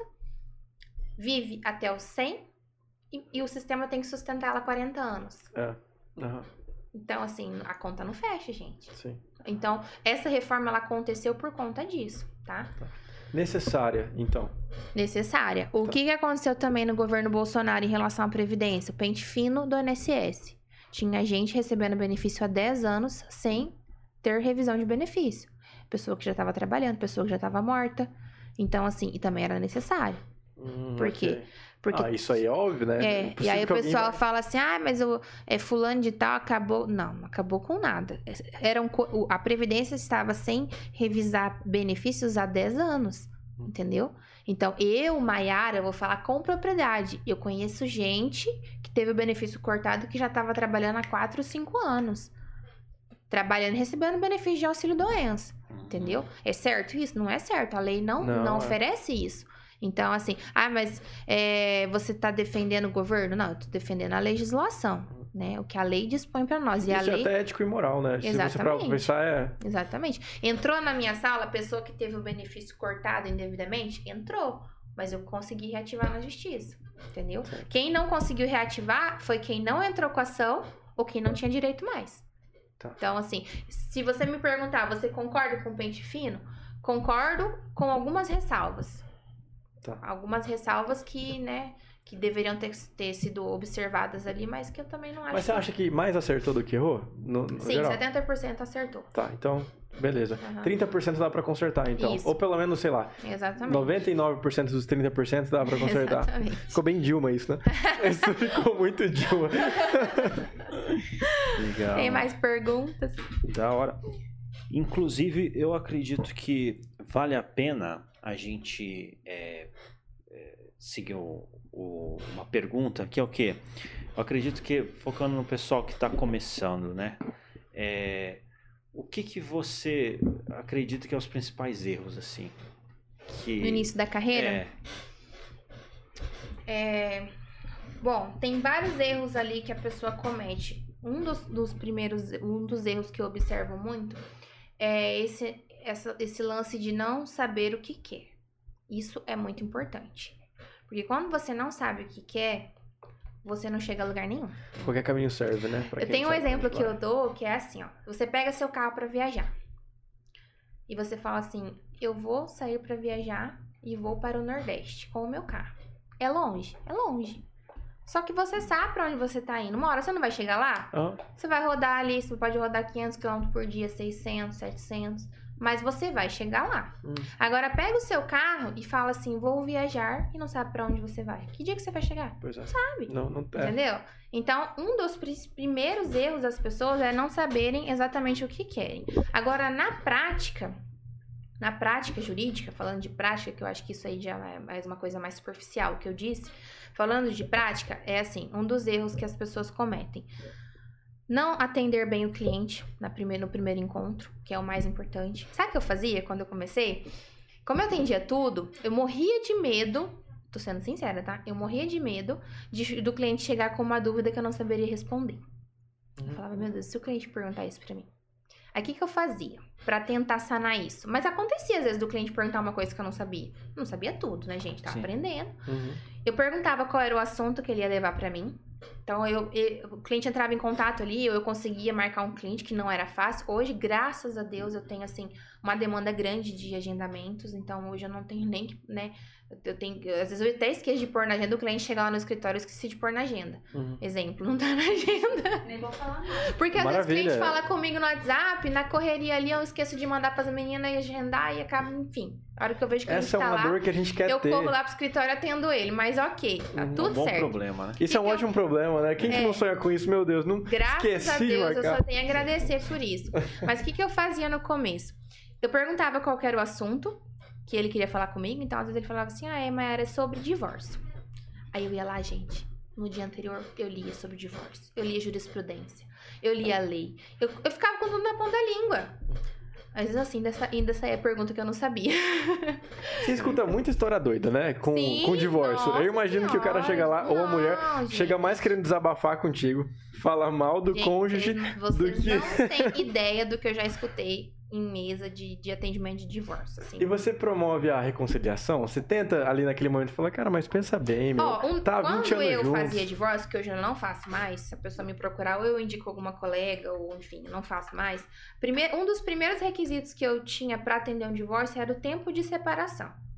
Speaker 3: vive até os 100 e o sistema tem que sustentar ela 40 anos. Então, assim, a conta não fecha, gente.
Speaker 1: Sim.
Speaker 3: Então, essa reforma, ela aconteceu por conta disso, tá?
Speaker 1: Necessária, então.
Speaker 3: Necessária. O que aconteceu também no governo Bolsonaro em relação à Previdência? O pente fino do INSS. Tinha gente recebendo benefício há 10 anos sem ter revisão de benefício. Pessoa que já estava trabalhando, pessoa que já estava morta. Então, assim, e também era necessário. Por quê? Porque
Speaker 1: isso aí é óbvio, né?
Speaker 3: e aí o pessoal fala assim, mas fulano de tal acabou. Não acabou com nada. A Previdência estava sem revisar benefícios há 10 anos, entendeu? Então, Maiara, vou falar com propriedade. Eu conheço gente que teve o benefício cortado que já estava trabalhando há 4 ou 5 anos. Trabalhando e recebendo benefício de auxílio-doença, entendeu? É certo isso? Não é certo. A lei não oferece isso. Então, assim, mas você está defendendo o governo? Não, eu estou defendendo a legislação, né? O que a lei dispõe para nós. E
Speaker 1: isso
Speaker 3: a lei...
Speaker 1: é até ético e moral, né?
Speaker 3: Exatamente.
Speaker 1: Se você para pensar,
Speaker 3: Exatamente. Entrou na minha sala a pessoa que teve o benefício cortado indevidamente? Entrou. Mas eu consegui reativar na justiça, entendeu? Sim. Quem não conseguiu reativar foi quem não entrou com a ação ou quem não tinha direito mais. Tá. Então, assim, se você me perguntar, você concorda com o pente fino? Concordo com algumas ressalvas. Tá. Algumas ressalvas que, né, que deveriam ter sido observadas ali, mas que eu também não acho.
Speaker 1: Mas você acha que mais acertou do que errou? No
Speaker 3: Sim,
Speaker 1: geral?
Speaker 3: 70% acertou.
Speaker 1: Tá, então, beleza. 30% dá pra consertar, então.
Speaker 3: Isso.
Speaker 1: Ou pelo menos, sei lá.
Speaker 3: Exatamente.
Speaker 1: 99% dos 30% dá pra consertar.
Speaker 3: Exatamente.
Speaker 1: Ficou bem Dilma isso, né? Isso ficou muito Dilma.
Speaker 2: Legal.
Speaker 3: Tem mais perguntas?
Speaker 2: Da hora. Inclusive, eu acredito que vale a pena a gente seguir uma pergunta, que é o quê? Eu acredito que, focando no pessoal que está começando, né? O que você acredita que é os principais erros, assim?
Speaker 3: No início da carreira? Bom, tem vários erros ali que a pessoa comete. Um dos erros que eu observo muito é esse lance de não saber o que quer. Isso é muito importante. Porque quando você não sabe o que quer, você não chega a lugar nenhum.
Speaker 1: Qualquer caminho serve, né?
Speaker 3: Eu tenho um exemplo que eu dou, que é assim, ó. Você pega seu carro pra viajar. E você fala assim, eu vou sair pra viajar e vou para o Nordeste com o meu carro. É longe? É longe. Só que você sabe pra onde você tá indo. Uma hora você não vai chegar lá? Você vai rodar ali, você pode rodar 500 km por dia, 600, 700... Mas você vai chegar lá. Agora, pega o seu carro e fala assim, vou viajar e não sabe pra onde você vai. Que dia que você vai chegar?
Speaker 1: Pois é.
Speaker 3: Não sabe.
Speaker 1: Não
Speaker 3: Entendeu? Então, um dos primeiros erros das pessoas é não saberem exatamente o que querem. Agora, na prática jurídica, falando de prática, que eu acho que isso aí já é mais uma coisa mais superficial que eu disse. Falando de prática, é assim, um dos erros que as pessoas cometem. Não atender bem o cliente no primeiro encontro, que é o mais importante. Sabe o que eu fazia quando eu comecei? Como eu atendia tudo, eu morria de medo, tô sendo sincera, tá? Eu morria de medo do cliente chegar com uma dúvida que eu não saberia responder. Eu falava, meu Deus, se o cliente perguntar isso pra mim. Aí o que eu fazia pra tentar sanar isso? Mas acontecia às vezes do cliente perguntar uma coisa que eu não sabia. Não sabia tudo, né, gente? Tava aprendendo. Eu perguntava qual era o assunto que ele ia levar pra mim. Então, o cliente entrava em contato ali, eu conseguia marcar um cliente, que não era fácil. Hoje, graças a Deus, eu tenho, assim, uma demanda grande de agendamentos. Então, hoje eu não tenho nem que, né... às vezes eu até esqueço de pôr na agenda, o cliente chega lá no escritório, eu esqueci de pôr na agenda. Exemplo, não tá na agenda.
Speaker 4: Nem vou falar nada.
Speaker 3: Porque às vezes o cliente fala comigo no WhatsApp, na correria ali, eu esqueço de mandar pras meninas e agendar e acaba, enfim. A hora que eu vejo que
Speaker 1: essa é uma dor que a gente quer ter.
Speaker 3: Eu corro lá pro escritório e atendo ele, mas ok, tá tudo
Speaker 2: bom
Speaker 3: certo.
Speaker 2: Problema, né?
Speaker 1: Isso é um ótimo problema, né? Quem que não sonha com isso, meu Deus? Não
Speaker 3: Graças a Deus,
Speaker 1: de marcar.
Speaker 3: eu só tenho a agradecer por isso. Mas o que eu fazia no começo? Eu perguntava qual era o assunto que ele queria falar comigo, então às vezes ele falava assim, Mayara, é sobre divórcio. Aí eu ia lá, gente, no dia anterior eu lia sobre divórcio, eu lia jurisprudência, eu lia a lei, eu ficava com tudo na ponta da língua. Às vezes assim, ainda saía a pergunta que eu não sabia.
Speaker 1: Você escuta muita história doida, né? Com divórcio.
Speaker 3: Nossa
Speaker 1: eu imagino que o cara chega lá, ou a mulher, chega mais querendo desabafar contigo, falar mal do cônjuge
Speaker 3: vocês
Speaker 1: do que...
Speaker 3: não têm ideia do que eu já escutei em mesa de atendimento de divórcio, assim.
Speaker 1: E você promove a reconciliação? Você tenta ali naquele momento falar, cara, mas pensa bem, meu. Tá 20 anos
Speaker 3: eu
Speaker 1: juntos.
Speaker 3: fazia divórcio, que hoje eu não faço mais, se a pessoa me procurar, ou eu indico alguma colega, ou enfim, não faço mais. Um dos primeiros requisitos que eu tinha pra atender um divórcio era o tempo de separação.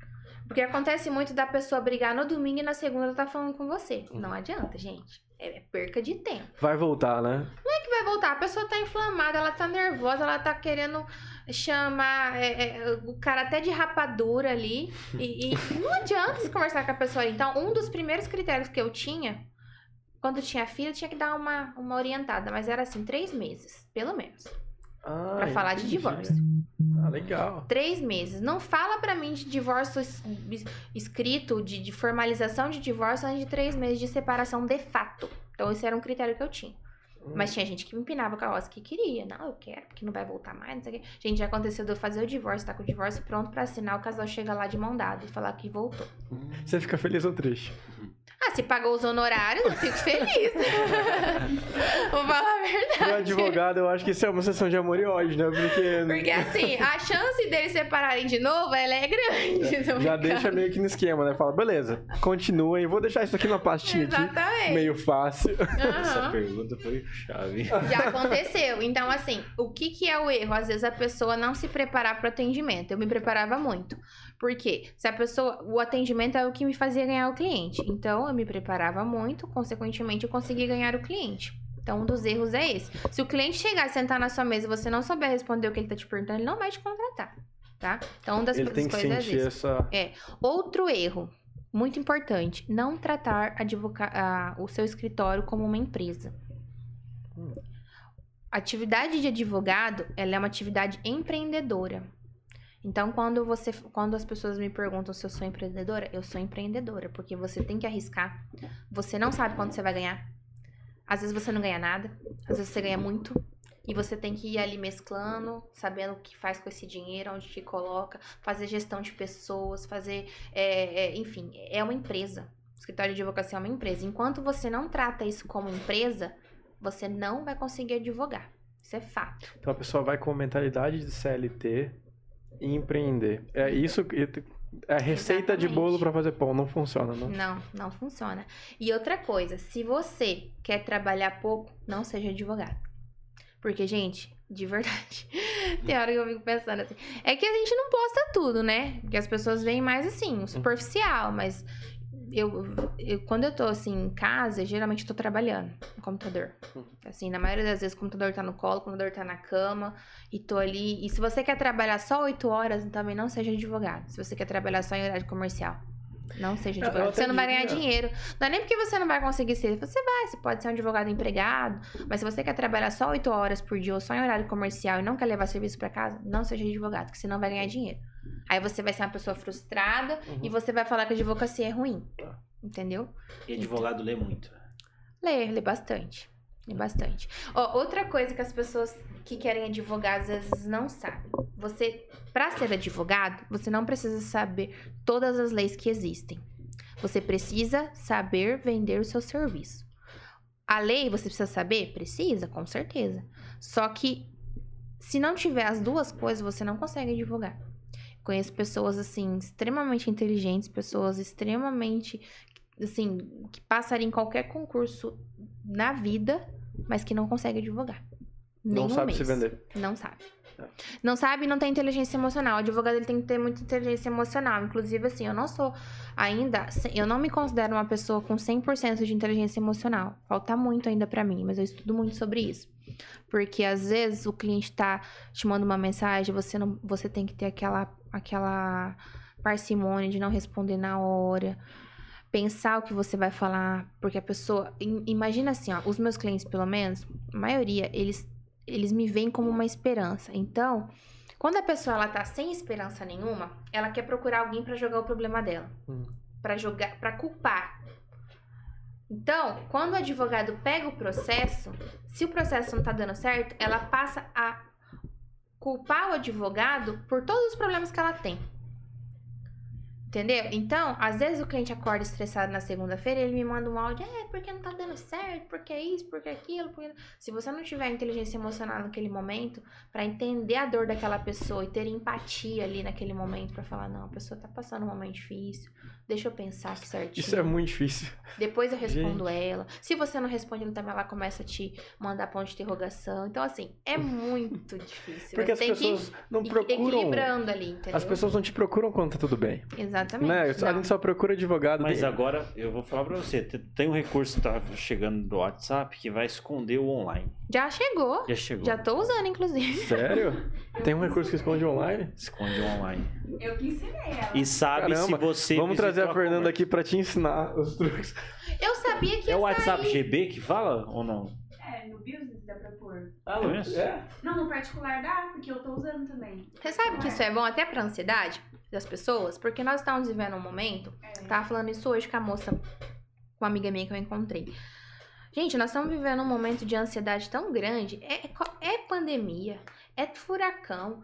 Speaker 3: Porque acontece muito da pessoa brigar no domingo e na segunda ela tá falando com você. Não adianta, gente. É perca de tempo.
Speaker 1: Vai voltar, né?
Speaker 3: Não é que vai voltar. A pessoa tá inflamada, ela tá nervosa, ela tá querendo chamar o cara até de rapadura ali. E não adianta você conversar com a pessoa. Então, um dos primeiros critérios que eu tinha, quando eu tinha filha, eu tinha que dar uma orientada. Mas era assim, 3 meses, pelo menos. Pra falar de divórcio.
Speaker 1: Ah, legal.
Speaker 3: 3 meses. Não fala pra mim de divórcio escrito, de formalização de divórcio antes de 3 meses de separação de fato. Então, esse era um critério que eu tinha. Mas tinha gente que me empinava com a roça que queria. Não, eu quero, porque não vai voltar mais, não sei o quê. Gente, já aconteceu de eu fazer o divórcio, tá com o divórcio pronto pra assinar, o casal chega lá de mão dada e falar que voltou.
Speaker 1: Você fica feliz ou triste?
Speaker 3: Se pagou os honorários, eu fico feliz. Vou falar a verdade.
Speaker 1: Pro advogado, eu acho que isso é uma sessão de amor e ódio, né?
Speaker 3: Porque assim, a chance deles separarem de novo, ela é grande.
Speaker 1: Já deixa meio que no esquema, né? Fala, beleza, continuem, vou deixar isso aqui na pastinha aqui, meio fácil.
Speaker 2: Essa pergunta foi chave.
Speaker 3: Já aconteceu. Então, assim, o que é o erro? Às vezes a pessoa não se preparar para o atendimento. Eu me preparava muito. Por quê? Se a pessoa... O atendimento é o que me fazia ganhar o cliente. Então, eu me preparava muito, consequentemente, eu consegui ganhar o cliente. Então, um dos erros é esse. Se o cliente chegar e sentar na sua mesa e você não souber responder o que ele tá te perguntando, ele não vai te contratar, tá? Então, uma das
Speaker 1: ele tem que
Speaker 3: coisas
Speaker 1: sentir essa...
Speaker 3: Outro erro, muito importante, não tratar o seu escritório como uma empresa. A atividade de advogado, ela é uma atividade empreendedora. Então, quando as pessoas me perguntam se eu sou empreendedora, eu sou empreendedora, porque você tem que arriscar. Você não sabe quanto você vai ganhar. Às vezes você não ganha nada, às vezes você ganha muito. E você tem que ir ali mesclando, sabendo o que faz com esse dinheiro, onde te coloca, fazer gestão de pessoas, fazer... enfim, é uma empresa. O escritório de advocacia é uma empresa. Enquanto você não trata isso como empresa, você não vai conseguir advogar. Isso é fato.
Speaker 1: Então, a pessoa vai com mentalidade de CLT... e empreender. É isso, é receita de bolo para fazer pão, não funciona, não?
Speaker 3: Não funciona. E outra coisa, se você quer trabalhar pouco, não seja advogado. Porque, gente, de verdade, tem hora que eu fico pensando assim, é que a gente não posta tudo, né? Porque as pessoas veem mais assim, superficial, mas quando eu tô assim em casa, geralmente eu tô trabalhando no computador. Assim, na maioria das vezes o computador tá no colo, o computador tá na cama e tô ali. E se você quer trabalhar só 8 horas, também não seja advogado. Se você quer trabalhar só em horário comercial, não seja advogado. Você não vai ganhar dinheiro. Não é nem porque você não vai conseguir ser. Você pode ser um advogado empregado, mas se você quer trabalhar só 8 horas por dia ou só em horário comercial e não quer levar serviço pra casa, não seja advogado, porque você não vai ganhar dinheiro. Aí você vai ser uma pessoa frustrada e você vai falar que a advocacia é ruim. Entendeu?
Speaker 2: E advogado lê muito.
Speaker 3: Lê bastante. Lê bastante. Outra coisa que as pessoas que querem advogar às vezes não sabem. Pra ser advogado, você não precisa saber todas as leis que existem. Você precisa saber vender o seu serviço. A lei você precisa saber? Precisa, com certeza. Só que se não tiver as duas coisas, você não consegue advogar. Conheço pessoas, assim, extremamente inteligentes, pessoas extremamente, assim, que passariam em qualquer concurso na vida, mas que não conseguem advogar.
Speaker 1: Não sabe se vender.
Speaker 3: Não sabe. Não sabe e não tem inteligência emocional. O advogado, ele tem que ter muita inteligência emocional. Inclusive, assim, eu não me considero uma pessoa com 100% de inteligência emocional. Falta muito ainda pra mim, mas eu estudo muito sobre isso. Porque, às vezes, o cliente tá te mandando uma mensagem, você tem que ter aquela parcimônia de não responder na hora, pensar o que você vai falar, porque a pessoa... Imagina assim, os meus clientes, pelo menos, a maioria, eles me veem como uma esperança. Então, quando a pessoa ela tá sem esperança nenhuma, ela quer procurar alguém pra jogar o problema dela. Pra culpar. Então, quando o advogado pega o processo, se o processo não tá dando certo, ela passa a culpar o advogado por todos os problemas que ela tem. Entendeu? Então, às vezes o cliente acorda estressado na segunda-feira e ele me manda um áudio, porque não tá dando certo, porque isso, porque aquilo, porque... Se você não tiver inteligência emocional naquele momento, pra entender a dor daquela pessoa e ter empatia ali naquele momento, pra falar, não, a pessoa tá passando um momento difícil, deixa eu pensar aqui certinho.
Speaker 1: Isso é muito difícil.
Speaker 3: Depois eu respondo ela. Se você não responde, ela começa a te mandar ponto de interrogação. Então, assim, é muito difícil.
Speaker 1: Porque as pessoas não procuram...
Speaker 3: Equilibrando ali, entendeu?
Speaker 1: As pessoas não te procuram quando tá tudo bem.
Speaker 3: Exatamente. Exatamente.
Speaker 1: Né? A gente só procura advogado.
Speaker 2: Mas agora, eu vou falar pra você, tem um recurso que tá chegando do WhatsApp que vai esconder o online.
Speaker 3: Já chegou.
Speaker 2: Já chegou.
Speaker 3: Já tô usando, inclusive.
Speaker 1: Sério? Tem um recurso que esconde online?
Speaker 2: Esconde o online.
Speaker 4: Eu que ensinei ela.
Speaker 2: E sabe
Speaker 1: Caramba,
Speaker 2: se você...
Speaker 1: vamos trazer a
Speaker 2: visitou
Speaker 1: Fernanda
Speaker 2: conversa.
Speaker 1: aqui pra te ensinar os truques.
Speaker 3: Eu sabia que
Speaker 2: É
Speaker 3: ia
Speaker 2: o WhatsApp
Speaker 3: sair.
Speaker 2: GB que fala ou não?
Speaker 4: É, no business dá pra pôr.
Speaker 2: Conhece?
Speaker 4: Não, no particular dá, porque eu tô usando também.
Speaker 3: Você sabe que isso é bom até pra ansiedade das pessoas? Porque nós estamos vivendo um momento... Tava falando isso hoje com a moça, com uma amiga minha que eu encontrei. Gente, nós estamos vivendo um momento de ansiedade tão grande. É pandemia, é furacão,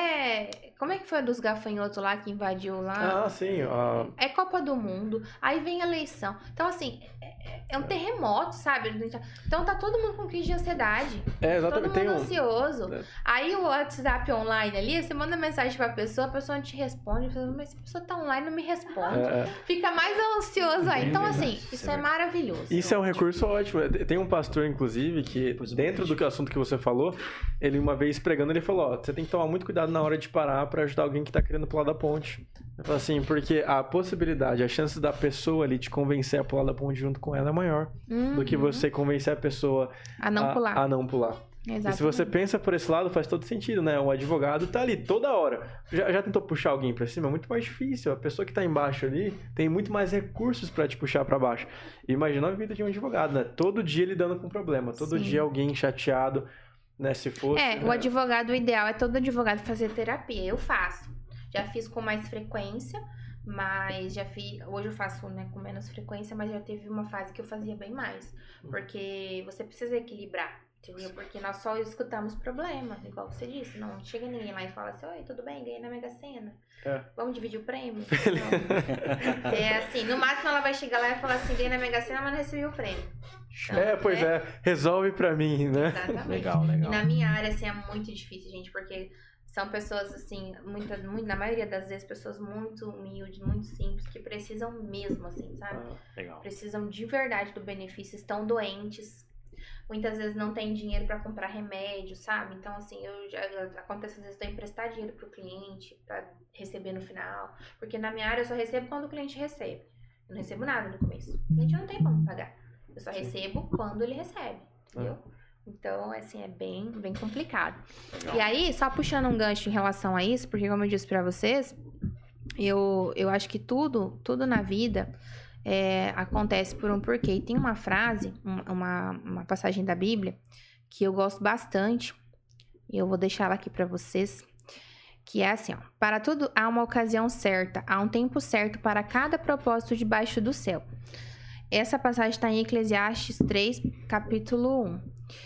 Speaker 3: como é que foi a dos gafanhotos lá que invadiu lá?
Speaker 1: Ah, sim.
Speaker 3: É Copa do Mundo, aí vem eleição. Então, assim, é um terremoto, sabe? Então tá todo mundo com crise de ansiedade.
Speaker 1: Exatamente.
Speaker 3: Todo mundo ansioso.
Speaker 1: É.
Speaker 3: Aí o WhatsApp online ali, você manda mensagem pra pessoa, a pessoa não te responde. Você fala, mas se a pessoa tá online, não me responde. Fica mais ansioso aí. Então, assim, isso é maravilhoso.
Speaker 1: Isso é um recurso ótimo. Tem um pastor, inclusive, que dentro do assunto que você falou, ele uma vez pregando, ele falou, você tem que tomar muito cuidado na hora de parar pra ajudar alguém que tá querendo pular da ponte. Ele falou assim, porque a possibilidade, a chance da pessoa ali te convencer a pular da ponte junto com ela é maior do que você convencer a pessoa
Speaker 3: a não pular.
Speaker 1: A não pular.
Speaker 3: Exatamente.
Speaker 1: E se você pensa por esse lado, faz todo sentido, né? O advogado tá ali toda hora. Já tentou puxar alguém pra cima? É muito mais difícil. A pessoa que tá embaixo ali tem muito mais recursos pra te puxar pra baixo. Imagina a vida de um advogado, né? Todo dia lidando com problema. Todo dia alguém chateado, né? Se fosse...
Speaker 3: O advogado, o ideal é todo advogado fazer terapia. Eu faço. Já fiz com mais frequência, mas hoje eu faço, né, com menos frequência, mas já teve uma fase que eu fazia bem mais. Porque você precisa equilibrar. Entendeu? Porque nós só escutamos problema, igual você disse. Não chega ninguém lá e fala assim, oi, tudo bem, ganhei na Mega Sena. Vamos dividir o prêmio? Não. É assim, no máximo ela vai chegar lá e falar assim, ganhei na Mega Sena, mas não recebi o prêmio. Então,
Speaker 1: resolve pra mim, né?
Speaker 3: Exatamente.
Speaker 2: Legal.
Speaker 3: E na minha área, assim, é muito difícil, gente, porque são pessoas, assim, na maioria das vezes, pessoas muito humildes, muito simples, que precisam mesmo, assim, sabe?
Speaker 2: Legal.
Speaker 3: Precisam de verdade do benefício, estão doentes. Muitas vezes não tem dinheiro pra comprar remédio, sabe? Então, assim, acontece às vezes de eu emprestar dinheiro pro cliente pra receber no final. Porque na minha área eu só recebo quando o cliente recebe. Eu não recebo nada no começo. O cliente não tem como pagar. Eu só recebo quando ele recebe, entendeu? Então, assim, é bem, bem complicado.
Speaker 2: Legal.
Speaker 3: E aí, só puxando um gancho em relação a isso, porque como eu disse pra vocês, eu acho que tudo na vida... acontece por um porquê. E tem uma frase, uma passagem da Bíblia que eu gosto bastante, e eu vou deixar ela aqui para vocês, que é assim, ó: para tudo há uma ocasião certa, há um tempo certo para cada propósito debaixo do céu. Essa passagem está em Eclesiastes 3, capítulo 1.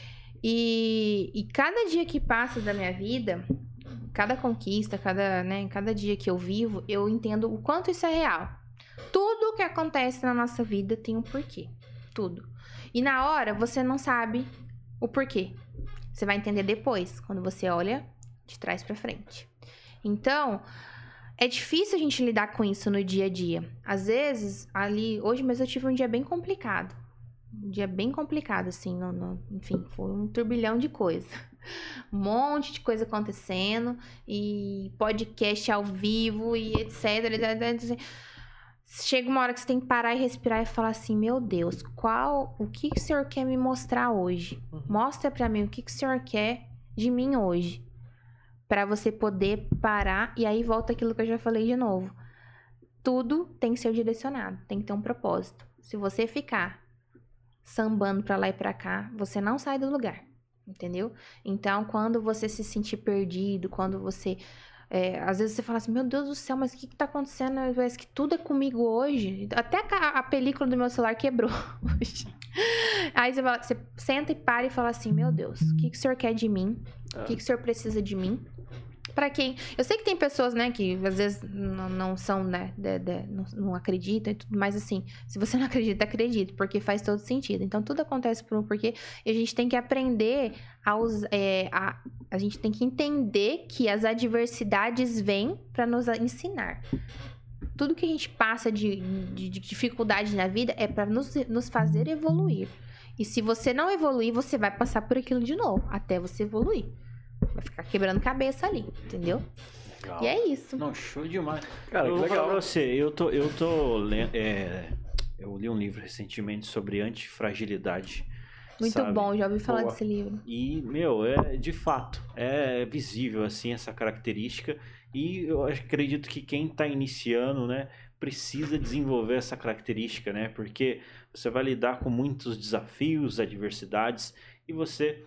Speaker 3: E cada dia que passa da minha vida, cada conquista, cada dia que eu vivo, eu entendo o quanto isso é real. Tudo que acontece na nossa vida tem um porquê. Tudo. E na hora, você não sabe o porquê. Você vai entender depois, quando você olha de trás pra frente. Então, é difícil a gente lidar com isso no dia a dia. Às vezes, hoje mesmo eu tive um dia bem complicado. Um dia bem complicado, assim. Enfim, foi um turbilhão de coisa. Um monte de coisa acontecendo. E podcast ao vivo e etc. Chega uma hora que você tem que parar e respirar e falar assim, meu Deus, o que o Senhor quer me mostrar hoje? Mostra pra mim o que o Senhor quer de mim hoje. Pra você poder parar, e aí volta aquilo que eu já falei de novo. Tudo tem que ser direcionado, tem que ter um propósito. Se você ficar sambando pra lá e pra cá, você não sai do lugar, entendeu? Então, quando você se sentir perdido, quando você... às vezes você fala assim, meu Deus do céu, mas o que tá acontecendo? Parece que tudo é comigo hoje. Até a película do meu celular quebrou hoje. Aí você senta e para e fala assim, meu Deus, o que o Senhor quer de mim? O que o Senhor precisa de mim? Pra quem... Eu sei que tem pessoas, né, que às vezes não são, né, não acreditam e tudo, mas assim, se você não acredita, acredita, porque faz todo sentido. Então, tudo acontece por um porquê, e a gente tem que aprender a gente tem que entender que as adversidades vêm pra nos ensinar. Tudo que a gente passa de dificuldade na vida é pra nos fazer evoluir. E se você não evoluir, você vai passar por aquilo de novo, até você evoluir. Vai ficar quebrando cabeça ali, entendeu?
Speaker 2: Legal.
Speaker 3: E é isso.
Speaker 2: Não, show demais.
Speaker 1: Cara,
Speaker 2: eu
Speaker 1: que
Speaker 2: vou falar
Speaker 1: legal.
Speaker 2: pra você, eu li um livro recentemente sobre antifragilidade.
Speaker 3: Muito
Speaker 2: sabe?
Speaker 3: bom, já ouvi falar
Speaker 1: Boa.
Speaker 3: desse livro.
Speaker 2: E, de fato, é visível, assim, essa característica. E eu acredito que quem está iniciando, né, precisa desenvolver essa característica, né? Porque você vai lidar com muitos desafios, adversidades, e você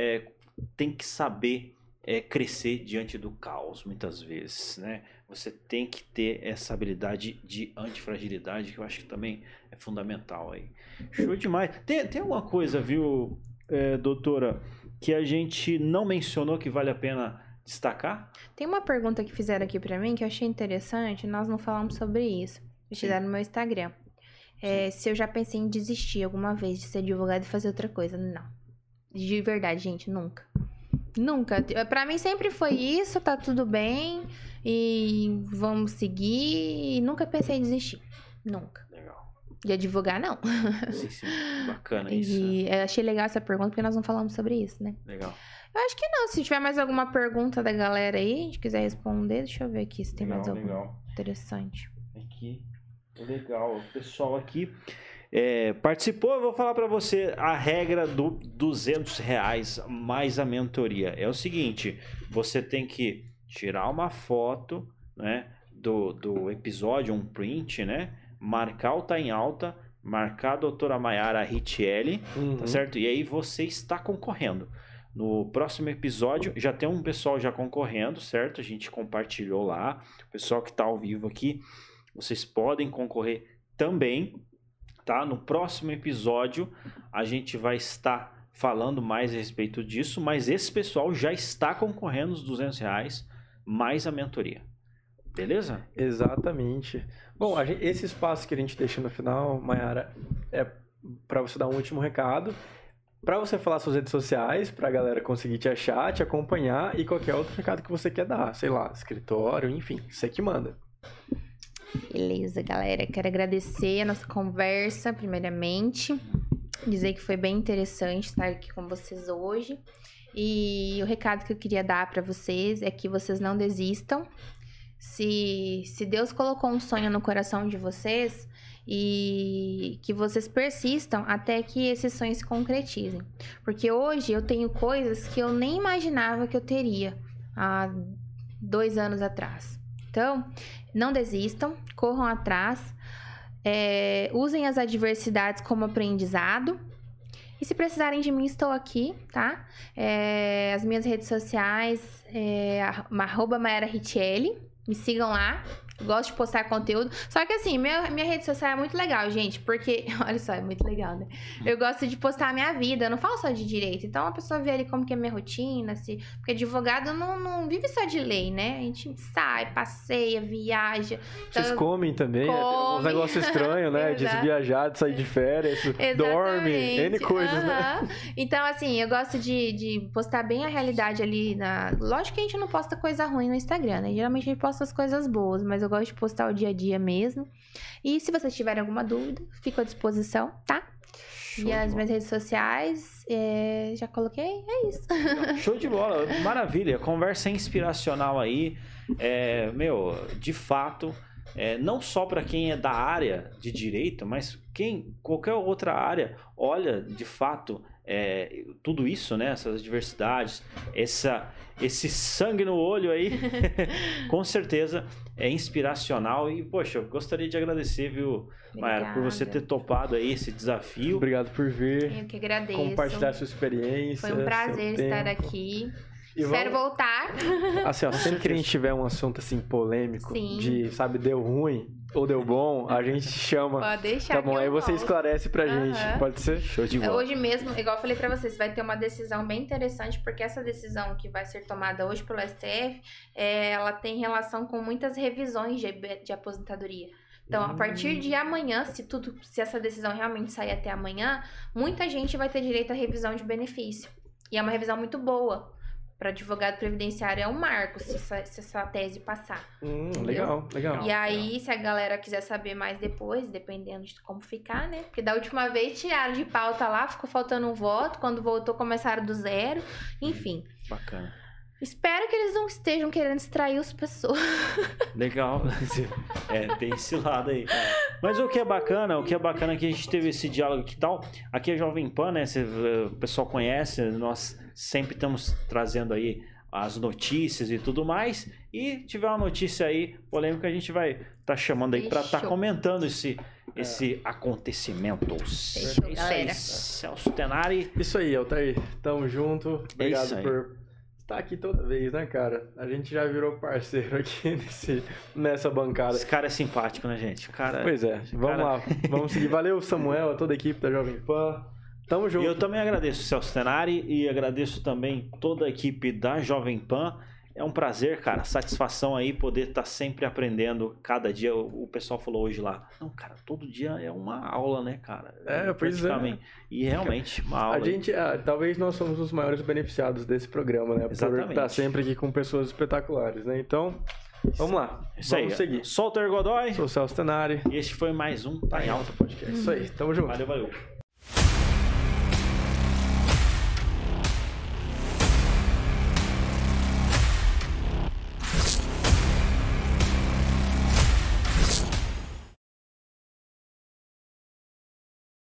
Speaker 2: tem que saber crescer diante do caos, muitas vezes, né? Você tem que ter essa habilidade de antifragilidade, que eu acho que também é fundamental aí. Show demais. Tem alguma coisa, viu, doutora, que a gente não mencionou que vale a pena destacar?
Speaker 3: Tem uma pergunta que fizeram aqui pra mim que eu achei interessante, nós não falamos sobre isso. Fizeram no meu Instagram. Se eu já pensei em desistir alguma vez de ser advogado e fazer outra coisa. Não. De verdade, gente, nunca. Nunca. Pra mim sempre foi isso, tá tudo bem e vamos seguir. E nunca pensei em desistir. Nunca.
Speaker 2: Legal.
Speaker 3: De advogar, não.
Speaker 2: Sim. Bacana isso.
Speaker 3: E eu achei legal essa pergunta porque nós não falamos sobre isso, né?
Speaker 2: Legal.
Speaker 3: Eu acho que não. Se tiver mais alguma pergunta da galera aí, a gente quiser responder, deixa eu ver aqui se tem mais alguma interessante.
Speaker 2: Aqui. Legal. O pessoal aqui participou. Eu vou falar para você a regra do R$200 mais a mentoria. É o seguinte, você tem que tirar uma foto, né, do episódio, um print, né? Marcar o Tá em Alta, marcar a doutora Mayara Richelli, tá certo? E aí você está concorrendo. No próximo episódio, já tem um pessoal já concorrendo, certo? A gente compartilhou lá. O pessoal que está ao vivo aqui, vocês podem concorrer também, tá? No próximo episódio, a gente vai estar falando mais a respeito disso, mas esse pessoal já está concorrendo os R$200 mais a mentoria. Beleza?
Speaker 1: Exatamente. Bom, esse espaço que a gente deixa no final, Mayara, é para você dar um último recado, para você falar suas redes sociais, para a galera conseguir te achar, te acompanhar e qualquer outro recado que você quer dar, sei lá, escritório, enfim, você que manda.
Speaker 3: Beleza, galera. Quero agradecer a nossa conversa, primeiramente. Dizer que foi bem interessante estar aqui com vocês hoje. E o recado que eu queria dar para vocês é que vocês não desistam. Se Deus colocou um sonho no coração de vocês e que vocês persistam até que esse sonho se concretizem. Porque hoje eu tenho coisas que eu nem imaginava que eu teria há 2 anos atrás. Então, não desistam, corram atrás, usem as adversidades como aprendizado. E se precisarem de mim, estou aqui, tá? As minhas redes sociais, @Mayara Richelli. Me sigam lá. Gosto de postar conteúdo. Só que assim, minha rede social é muito legal, gente. Porque, olha só, é muito legal, né? Eu gosto de postar a minha vida. Eu não falo só de direito. Então, a pessoa vê ali como que é minha rotina. Porque advogado não vive só de lei, né? A gente sai, passeia, viaja. Então,
Speaker 1: Vocês comem também, tem uns negócios estranhos, né? De viajar, de sair de férias, dorme, N coisas, né?
Speaker 3: Então, assim, eu gosto de postar bem a realidade ali. Lógico que a gente não posta coisa ruim no Instagram, né? Geralmente a gente posta as coisas boas, mas eu gosto de postar o dia a dia mesmo. E se vocês tiverem alguma dúvida, fico à disposição, tá?
Speaker 2: Show
Speaker 3: e as minhas redes sociais, já coloquei, é isso.
Speaker 2: Show de bola, maravilha. Conversa inspiracional aí. De fato, não só para quem é da área de direito, mas qualquer outra área olha de fato tudo isso, né? Essas diversidades, esse sangue no olho aí, com certeza é inspiracional. E, poxa, eu gostaria de agradecer, viu, Mayara, por você ter topado aí esse desafio.
Speaker 1: Obrigado por vir.
Speaker 3: Eu que agradeço.
Speaker 1: Compartilhar sua experiência.
Speaker 3: Foi um prazer estar aqui.
Speaker 1: E
Speaker 3: espero voltar.
Speaker 1: Assim, ó, sempre que a gente tiver um assunto assim polêmico,
Speaker 3: Sim.
Speaker 1: deu ruim ou deu bom, a gente chama.
Speaker 3: Pode deixar.
Speaker 1: Tá bom, aí você esclarece pra gente. Pode ser?
Speaker 2: Show de bola.
Speaker 3: Hoje mesmo, igual eu falei pra vocês, vai ter uma decisão bem interessante, porque essa decisão que vai ser tomada hoje pelo STF, ela tem relação com muitas revisões de aposentadoria. Então, a partir de amanhã, se essa decisão realmente sair até amanhã, muita gente vai ter direito à revisão de benefício. E é uma revisão muito boa. Para advogado previdenciário é um marco se essa tese passar.
Speaker 1: Legal.
Speaker 3: E aí, se a galera quiser saber mais depois, dependendo de como ficar, né? Porque da última vez tiraram de pauta lá, ficou faltando um voto. Quando voltou, começaram do zero. Enfim.
Speaker 2: Bacana.
Speaker 3: Espero que eles não estejam querendo distrair as pessoas.
Speaker 2: Legal. Tem esse lado aí. Mas o que é bacana é que a gente teve esse diálogo aqui e tal. Aqui é Jovem Pan, né? O pessoal conhece, nós sempre estamos trazendo aí as notícias e tudo mais. E tiver uma notícia aí polêmica, a gente vai estar chamando aí para estar comentando esse acontecimento.
Speaker 3: Fechou,
Speaker 2: Isso
Speaker 3: galera.
Speaker 2: aí, Celso Tenari.
Speaker 1: Isso aí, Altair. Tamo junto. Obrigado
Speaker 2: isso aí.
Speaker 1: por estar aqui toda vez, né, cara? A gente já virou parceiro aqui nessa bancada.
Speaker 2: Esse cara é simpático, né, gente?
Speaker 1: Pois é, vamos lá. Vamos seguir. Valeu, Samuel, a toda a equipe da Jovem Pan. Tamo junto.
Speaker 2: E eu também agradeço o Celso Tenari e agradeço também toda a equipe da Jovem Pan. É um prazer, cara, satisfação aí poder estar sempre aprendendo. Cada dia, o pessoal falou hoje lá, não, cara, todo dia é uma aula, né, cara?
Speaker 1: Pois é.
Speaker 2: E realmente, uma aula.
Speaker 1: A gente, talvez nós somos os maiores beneficiados desse programa, né?
Speaker 2: Exatamente.
Speaker 1: Por estar sempre aqui com pessoas espetaculares, né? Então, vamos lá.
Speaker 2: Isso
Speaker 1: vamos
Speaker 2: aí.
Speaker 1: seguir.
Speaker 2: Sou o Altair Godoy.
Speaker 1: Sou o Celso Tenari.
Speaker 2: E este foi mais um Tá em Alta Podcast.
Speaker 1: Isso aí, tamo junto.
Speaker 2: Valeu.